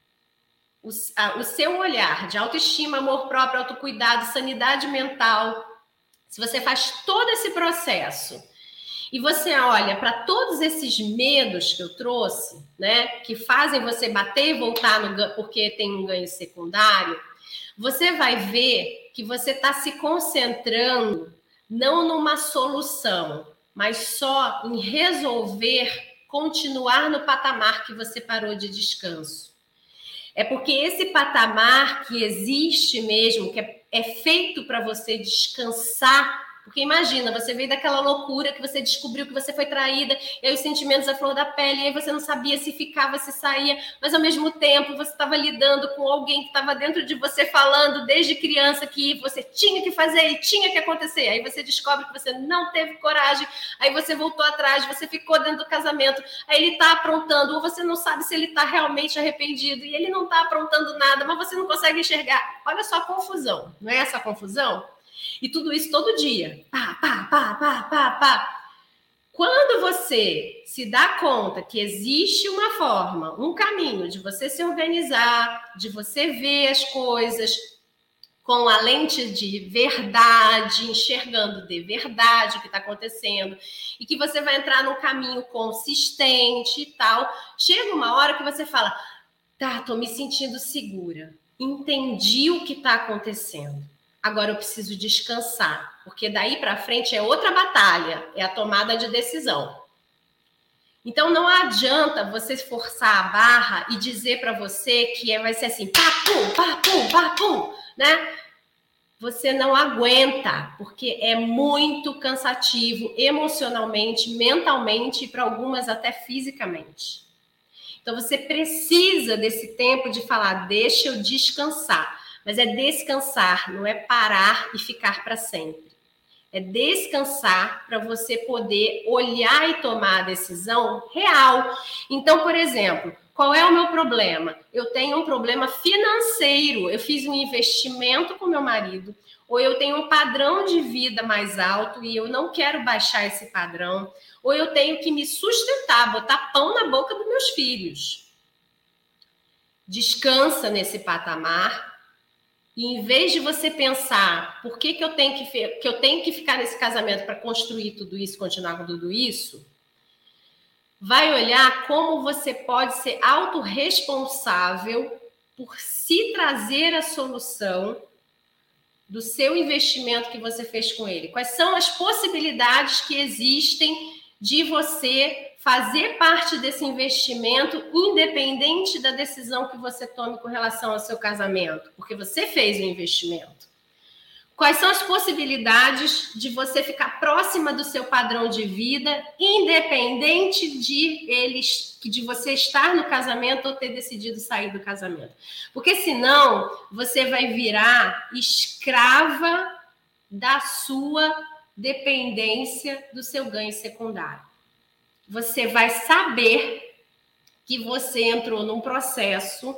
o seu olhar de autoestima, amor próprio, autocuidado, sanidade mental, se você faz todo esse processo e você olha para todos esses medos que eu trouxe, né, que fazem você bater e voltar porque tem um ganho secundário, você vai ver que você está se concentrando não numa solução, mas só em resolver continuar no patamar que você parou de descanso. É porque esse patamar que existe mesmo, que é feito para você descansar. Porque imagina, você veio daquela loucura que você descobriu que você foi traída, e aí os sentimentos à flor da pele, e aí você não sabia se ficava, se saía, mas ao mesmo tempo você estava lidando com alguém que estava dentro de você falando desde criança que você tinha que fazer e tinha que acontecer. Aí você descobre que você não teve coragem, aí você voltou atrás, você ficou dentro do casamento, aí ele está aprontando, ou você não sabe se ele está realmente arrependido, e ele não está aprontando nada, mas você não consegue enxergar. Olha só a confusão, não é essa confusão? E tudo isso todo dia. Pá, pá, pá, pá, pá, pá. Quando você se dá conta que existe uma forma, um caminho de você se organizar, de você ver as coisas com a lente de verdade, enxergando de verdade o que está acontecendo, e que você vai entrar num caminho consistente e tal, chega uma hora que você fala, tá, tô me sentindo segura, entendi o que está acontecendo. Agora eu preciso descansar, porque daí para frente é outra batalha, é a tomada de decisão. Então não adianta você forçar a barra e dizer para você que vai ser assim, pá, pum, né? Você não aguenta, porque é muito cansativo emocionalmente, mentalmente e para algumas até fisicamente. Então você precisa desse tempo de falar, deixa eu descansar. Mas é descansar, não é parar e ficar para sempre. É descansar para você poder olhar e tomar a decisão real. Então, por exemplo, qual é o meu problema? Eu tenho um problema financeiro. Eu fiz um investimento com meu marido, ou eu tenho um padrão de vida mais alto e eu não quero baixar esse padrão, ou eu tenho que me sustentar, botar pão na boca dos meus filhos. Descansa nesse patamar. E em vez de você pensar por que eu tenho que ficar nesse casamento para construir tudo isso, continuar com tudo isso, vai olhar como você pode ser autorresponsável por se trazer a solução do seu investimento que você fez com ele. Quais são as possibilidades que existem de você fazer parte desse investimento, independente da decisão que você tome com relação ao seu casamento, porque você fez o investimento. Quais são as possibilidades de você ficar próxima do seu padrão de vida, independente de você estar no casamento ou ter decidido sair do casamento? Porque senão você vai virar escrava da sua dependência do seu ganho secundário. Você vai saber que você entrou num processo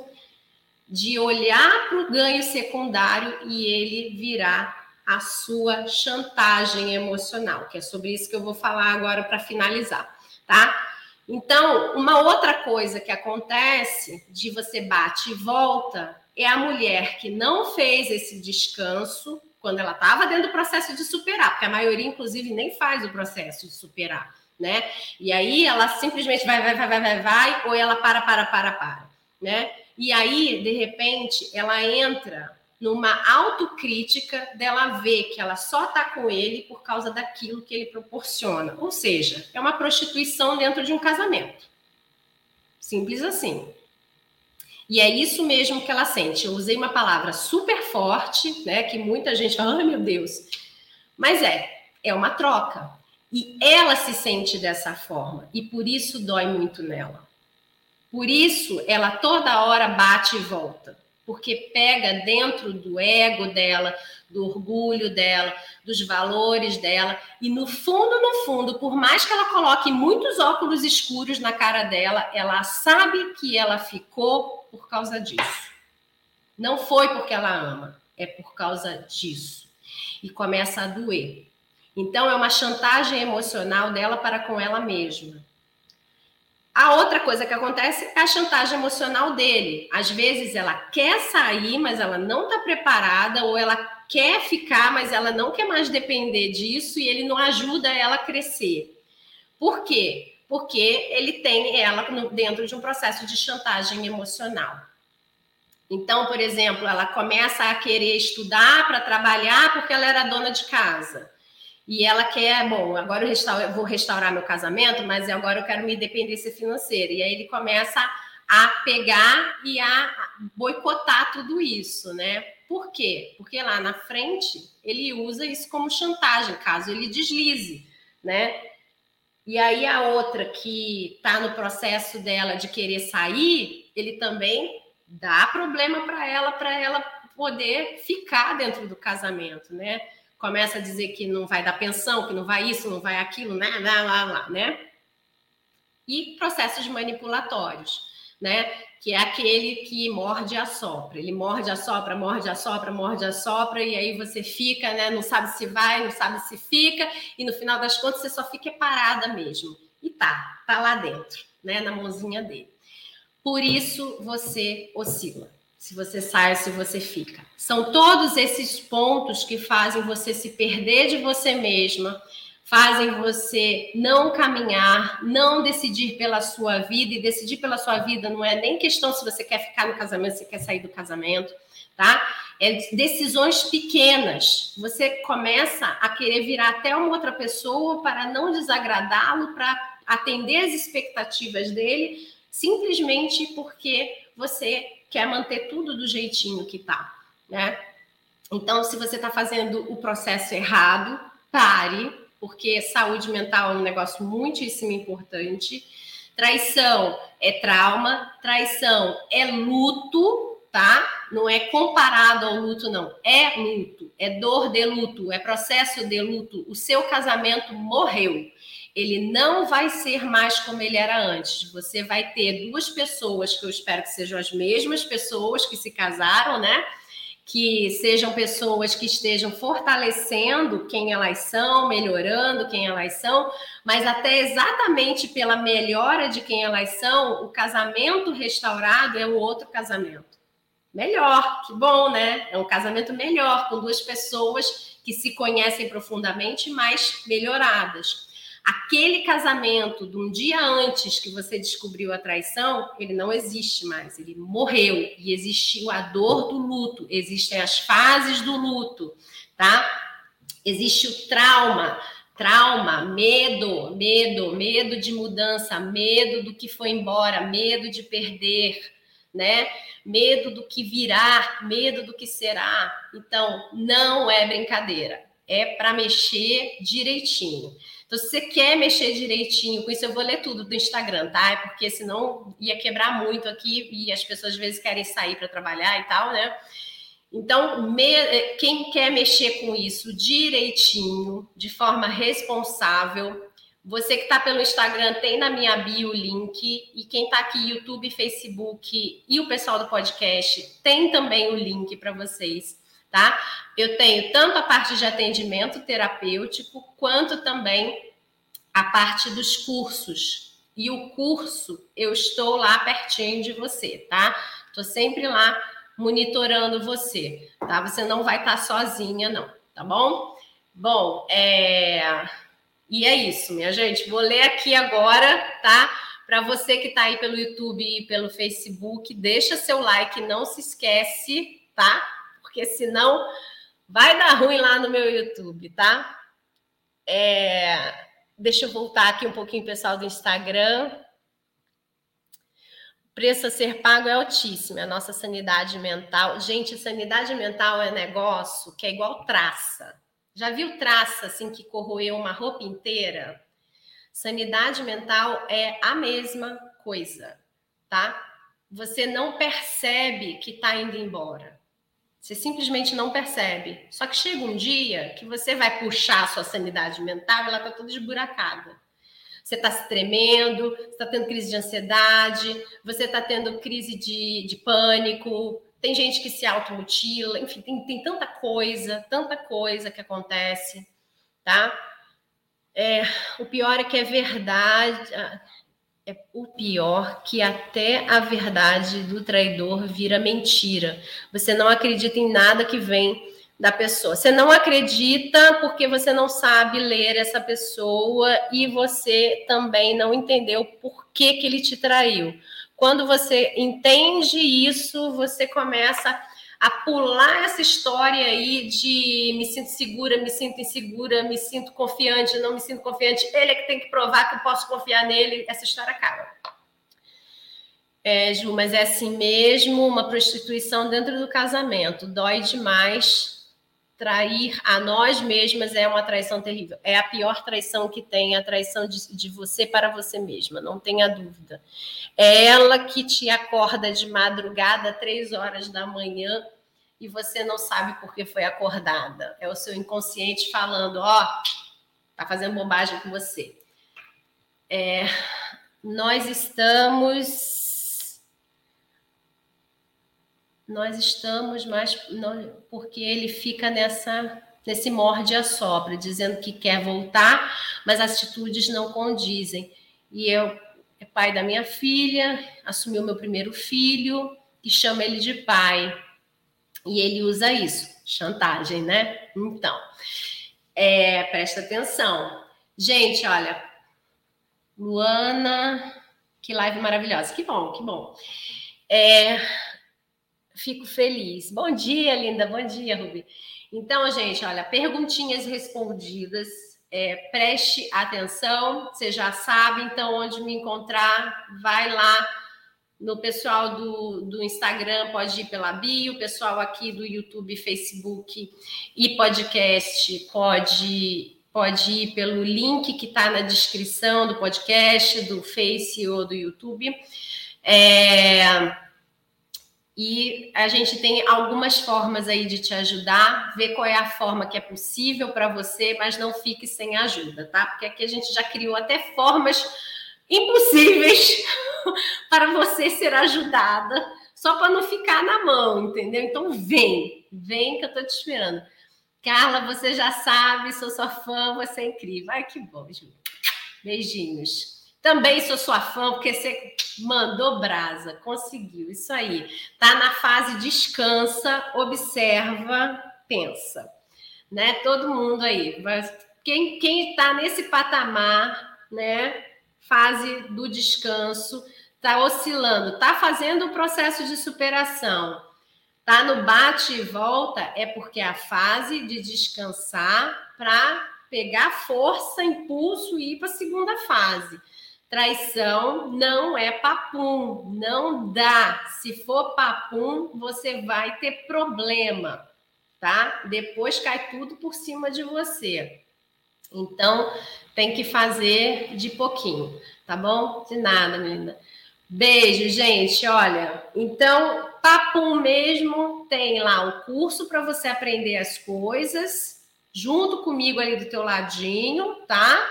de olhar para o ganho secundário e ele virar a sua chantagem emocional, que é sobre isso que eu vou falar agora para finalizar, tá? Então, uma outra coisa que acontece de você bate e volta é a mulher que não fez esse descanso quando ela estava dentro do processo de superar, porque a maioria, inclusive, nem faz o processo de superar, né? E aí ela simplesmente vai, ou ela para, né? E aí, de repente, ela entra numa autocrítica dela ver que ela só está com ele por causa daquilo que ele proporciona. Ou seja, é uma prostituição dentro de um casamento. Simples assim. E é isso mesmo que ela sente. Eu usei uma palavra super forte, né? Que muita gente fala, ai meu Deus. Mas é uma troca. E ela se sente dessa forma. E por isso dói muito nela. Por isso, ela toda hora bate e volta, porque pega dentro do ego dela, do orgulho dela, dos valores dela, e no fundo, por mais que ela coloque muitos óculos escuros na cara dela, ela sabe que ela ficou por causa disso. Não foi porque ela ama, é por causa disso. E começa a doer. Então, é uma chantagem emocional dela para com ela mesma. A outra coisa que acontece é a chantagem emocional dele. Às vezes ela quer sair, mas ela não está preparada, ou ela quer ficar, mas ela não quer mais depender disso e ele não ajuda ela a crescer. Por quê? Porque ele tem ela dentro de um processo de chantagem emocional. Então, por exemplo, ela começa a querer estudar para trabalhar porque ela era dona de casa. E ela quer, bom, agora eu vou restaurar meu casamento, mas agora eu quero minha independência financeira. E aí ele começa a pegar e a boicotar tudo isso, né? Por quê? Porque lá na frente ele usa isso como chantagem, caso ele deslize, né? E aí a outra que está no processo dela de querer sair, ele também dá problema para ela poder ficar dentro do casamento, né? Começa a dizer que não vai dar pensão, que não vai isso, não vai aquilo, né? Né? E processos manipulatórios, né? Que é aquele que morde e assopra. Ele morde, assopra, e aí você fica, né? Não sabe se vai, não sabe se fica, e no final das contas você só fica parada mesmo. E tá lá dentro, né? Na mãozinha dele. Por isso você oscila. Se você sai, se você fica. São todos esses pontos que fazem você se perder de você mesma, fazem você não caminhar, não decidir pela sua vida, e decidir pela sua vida não é nem questão se você quer ficar no casamento, se quer sair do casamento, tá? É decisões pequenas. Você começa a querer virar até uma outra pessoa para não desagradá-lo, para atender as expectativas dele, simplesmente porque você quer manter tudo do jeitinho que tá, né? Então, se você está fazendo o processo errado, pare, porque saúde mental é um negócio muitíssimo importante. Traição é trauma, traição é luto, tá? Não é comparado ao luto, não. É luto, é dor de luto, é processo de luto. O seu casamento morreu. Ele não vai ser mais como ele era antes. Você vai ter duas pessoas, que eu espero que sejam as mesmas pessoas que se casaram, né? Que sejam pessoas que estejam fortalecendo quem elas são, melhorando quem elas são, mas até exatamente pela melhora de quem elas são, o casamento restaurado é o outro casamento. Melhor, que bom, né? É um casamento melhor, com duas pessoas que se conhecem profundamente, mas melhoradas. Aquele casamento de um dia antes que você descobriu a traição, ele não existe mais, ele morreu. E existiu a dor do luto, existem as fases do luto, tá? Existe o trauma, medo de mudança, medo do que foi embora, medo de perder, né? Medo do que virá, medo do que será. Então, não é brincadeira, é para mexer direitinho. Então, se você quer mexer direitinho com isso, eu vou ler tudo do Instagram, tá? É porque senão ia quebrar muito aqui e as pessoas às vezes querem sair para trabalhar e tal, né? Então, quem quer mexer com isso direitinho, de forma responsável, você que está pelo Instagram, tem na minha bio o link, e quem está aqui, YouTube, Facebook e o pessoal do podcast, tem também o link para vocês, tá? Eu tenho tanto a parte de atendimento terapêutico, quanto também a parte dos cursos. E o curso, eu estou lá pertinho de você, tá? Estou sempre lá monitorando você, tá? Você não vai estar sozinha, não, tá bom? Bom, e é isso, minha gente. Vou ler aqui agora, tá? Para você que está aí pelo YouTube e pelo Facebook, deixa seu like, não se esquece, tá? Porque senão vai dar ruim lá no meu YouTube, tá? Deixa eu voltar aqui um pouquinho, pessoal do Instagram. O preço a ser pago é altíssimo, é a nossa sanidade mental. Gente, sanidade mental é negócio que é igual traça. Já viu traça, assim, que corroeu uma roupa inteira? Sanidade mental é a mesma coisa, tá? Você não percebe que está indo embora. Você simplesmente não percebe. Só que chega um dia que você vai puxar a sua sanidade mental e ela está toda esburacada. Você está se tremendo, você está tendo crise de ansiedade, você está tendo crise de pânico, tem gente que se automutila, enfim, tem tanta coisa que acontece, tá? O pior é que é verdade, o pior que até a verdade do traidor vira mentira. Você não acredita em nada que vem da pessoa. Você não acredita porque você não sabe ler essa pessoa e você também não entendeu por que ele te traiu. Quando você entende isso, você começa a pular essa história aí de me sinto segura, me sinto insegura, me sinto confiante, não me sinto confiante, ele é que tem que provar que eu posso confiar nele, essa história acaba. Ju, mas é assim mesmo, uma prostituição dentro do casamento, dói demais. Trair a nós mesmas é uma traição terrível. É a pior traição que tem, a traição de você para você mesma, não tenha dúvida. É ela que te acorda de madrugada, 3 horas da manhã, e você não sabe por que foi acordada. É o seu inconsciente falando, tá fazendo bobagem com você. Nós estamos, mas porque ele fica nesse morde-a-sopra, dizendo que quer voltar, mas as atitudes não condizem. E eu é pai da minha filha, assumiu meu primeiro filho, e chama ele de pai. E ele usa isso, chantagem, né? Então, presta atenção. Gente, olha, Luana, que live maravilhosa. Que bom, que bom. Fico feliz. Bom dia, linda. Bom dia, Rubi. Então, gente, olha, perguntinhas respondidas. Preste atenção. Você já sabe, então, onde me encontrar. Vai lá no pessoal do Instagram, pode ir pela bio. O pessoal aqui do YouTube, Facebook e podcast pode ir pelo link que está na descrição do podcast, do Face ou do YouTube. E a gente tem algumas formas aí de te ajudar, ver qual é a forma que é possível para você, mas não fique sem ajuda, tá? Porque aqui a gente já criou até formas impossíveis para você ser ajudada, só para não ficar na mão, entendeu? Então vem que eu tô te esperando. Carla, você já sabe, sou sua fã, você é incrível. Ai, que bom, Ju. Beijinhos. Também sou sua fã, porque você mandou brasa, conseguiu, isso aí. Tá na fase descansa, observa, pensa, né? Todo mundo aí, quem tá nesse patamar, né? Fase do descanso, tá oscilando, tá fazendo o processo de superação, tá no bate e volta, é porque é a fase de descansar para pegar força, impulso e ir para a segunda fase. Traição não é papum, não dá. Se for papum, você vai ter problema, tá? Depois cai tudo por cima de você. Então, tem que fazer de pouquinho, tá bom? De nada, menina. Beijo, gente. Olha, então, papum mesmo, tem lá o curso para você aprender as coisas, junto comigo ali do teu ladinho, tá?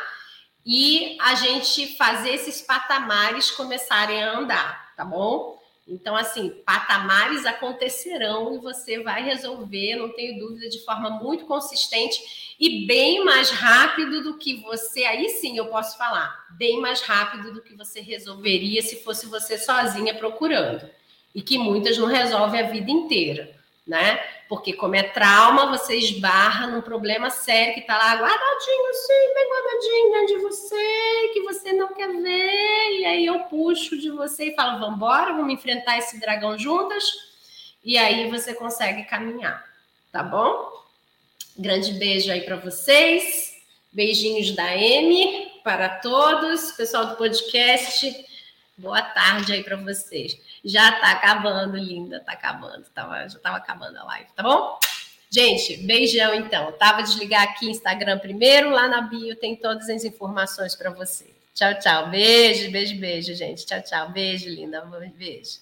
E a gente fazer esses patamares começarem a andar, tá bom? Então, assim, patamares acontecerão e você vai resolver, não tenho dúvida, de forma muito consistente e bem mais rápido do que você, aí sim eu posso falar, bem mais rápido do que você resolveria se fosse você sozinha procurando. E que muitas não resolvem a vida inteira, né? Porque como é trauma, você esbarra num problema sério que está lá guardadinho, assim, bem guardadinho dentro de você, que você não quer ver, e aí eu puxo de você e falo, vamos embora, vamos enfrentar esse dragão juntas, e aí você consegue caminhar, tá bom? Grande beijo aí para vocês, beijinhos da Amy para todos, pessoal do podcast, boa tarde aí para vocês. Já tá acabando, linda, tá acabando, já tava acabando a live, tá bom? Gente, beijão então, tá? Vou desligar aqui Instagram primeiro, lá na bio tem todas as informações para você. Tchau, tchau, beijo, beijo, beijo, gente, tchau, tchau, beijo, linda, beijo.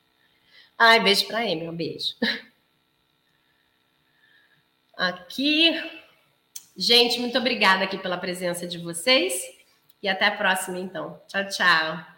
Ai, beijo para Amy, um beijo. Aqui, gente, muito obrigada aqui pela presença de vocês e até a próxima, então. Tchau, tchau.